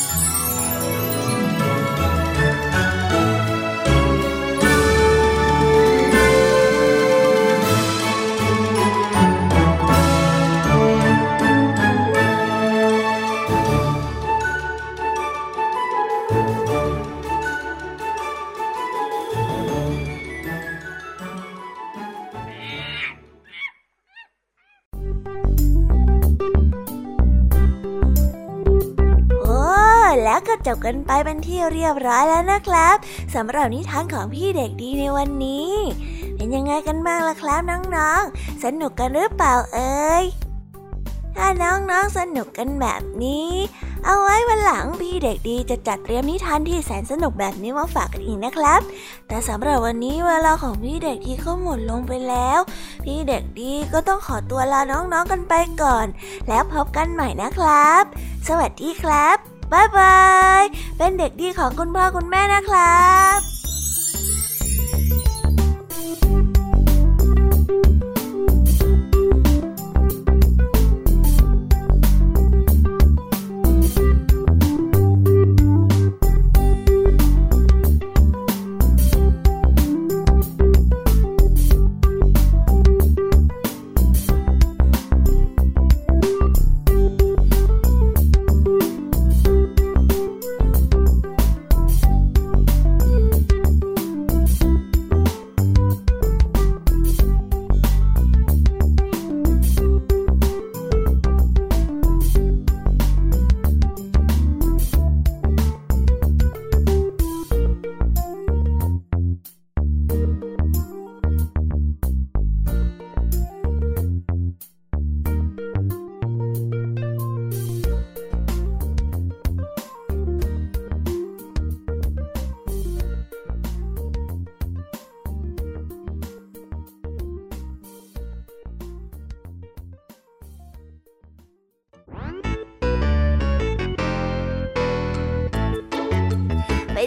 แล้วก็จบกันไปเป็นที่เรียบร้อยแล้วนะครับสำหรับนิทานของพี่เด็กดีในวันนี้เป็นยังไงกันบ้างล่ะครับน้องๆสนุกกันหรือเปล่าเอ่ยถ้าน้องๆสนุกกันแบบนี้เอาไว้วันหลังพี่เด็กดีจะจัดเตรียมนิทานที่แสนสนุกแบบนี้มาฝากกันอีกนะครับแต่สำหรับวันนี้เวลาของพี่เด็กดีก็หมดลงไปแล้วพี่เด็กดีก็ต้องขอตัวลาน้องๆกันไปก่อนแล้วพบกันใหม่นะครับสวัสดีครับบ๊ายบายเป็นเด็กดีของคุณพ่อคุณแม่นะครับ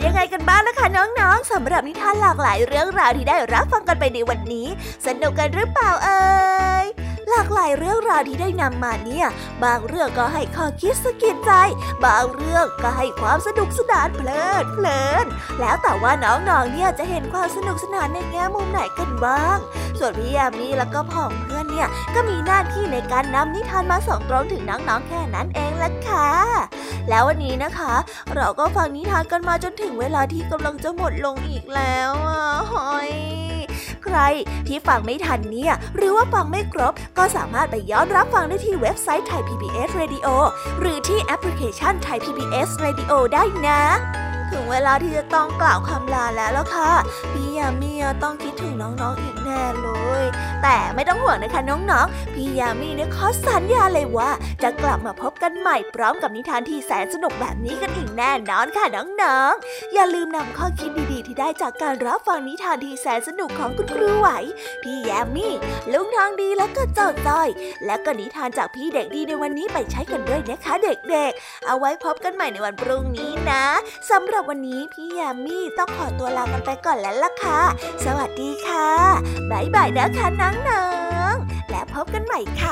ยังไงกันบ้างล่ะคะน้องๆสำหรับนิทานหลากหลายเรื่องราวที่ได้รับฟังกันไปในวันนี้สนุกกันหรือเปล่าเอ่ยหลากหลายเรื่องราวที่ได้นำมาเนี่ยบางเรื่องก็ให้ข้อคิดสะกิดใจบางเรื่องก็ให้ความสนุกสนานเพลิดเพลินแล้วแต่ว่าน้องๆเนี่ยจะเห็นความสนุกสนานในแง่มุมไหนกันบ้างส่วนพี่ยามีแล้วก็พ่องเพื่อนเนี่ยก็มีหน้าที่ในการนำนิทานมาส่งตรงถึงน้องๆแค่นั้นเองล่ะค่ะแล้ววันนี้นะคะเราก็ฟังนิทานกันมาจนถึงเวลาที่กำลังจะหมดลงอีกแล้วอ่ะหอยใครที่ฟังไม่ทันเนี่ยหรือว่าฟังไม่ครบก็สามารถไปย้อนรับฟังได้ที่เว็บไซต์ Thai พี บี เอส Radio หรือที่แอปพลิเคชัน Thai พี บี เอส Radio ได้นะถึงเวลาที่จะต้องกล่าวคำลาแล้วล่ะค่ะพี่ยามีต้องคิดถึงน้องๆอีกแน่เลยแต่ไม่ต้องห่วงนะคะน้องๆพี่ยามีเนี่ยขอสัญญาเลยว่าจะกลับมาพบกันใหม่พร้อมกับนิทานที่แสนสนุกแบบนี้กันอีกแน่นอนค่ะน้องๆอย่าลืมนำข้อคิดดีๆที่ได้จากการรับฟังนิทานที่แสนสนุกของคุณครูไหวพี่ยามีลุงทองดีและก็เจ้าจ้อยและก็นิทานจากพี่เด็กดีในวันนี้ไปใช้กันด้วยนะคะเด็กๆเอาไว้พบกันใหม่ในวันพรุ่งนี้นะสำหรับวันนี้พี่ยามีต้องขอตัวลากันไปก่อนแล้วล่ะค่ะสวัสดีค่ะบ๊ายบายนะคะน้องๆและพบกันใหม่ค่ะ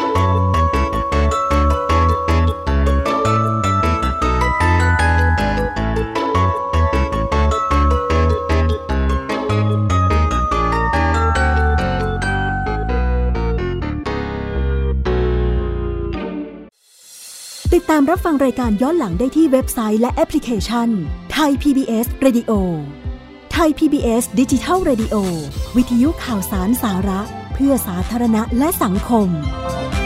ติดตามรับฟังรายการย้อนหลังได้ที่เว็บไซต์และแอปพลิเคชัน Thai พี บี เอส Radio Thai พี บี เอส Digital Radio วิทยุข่าวสารสาระเพื่อสาธารณะและสังคม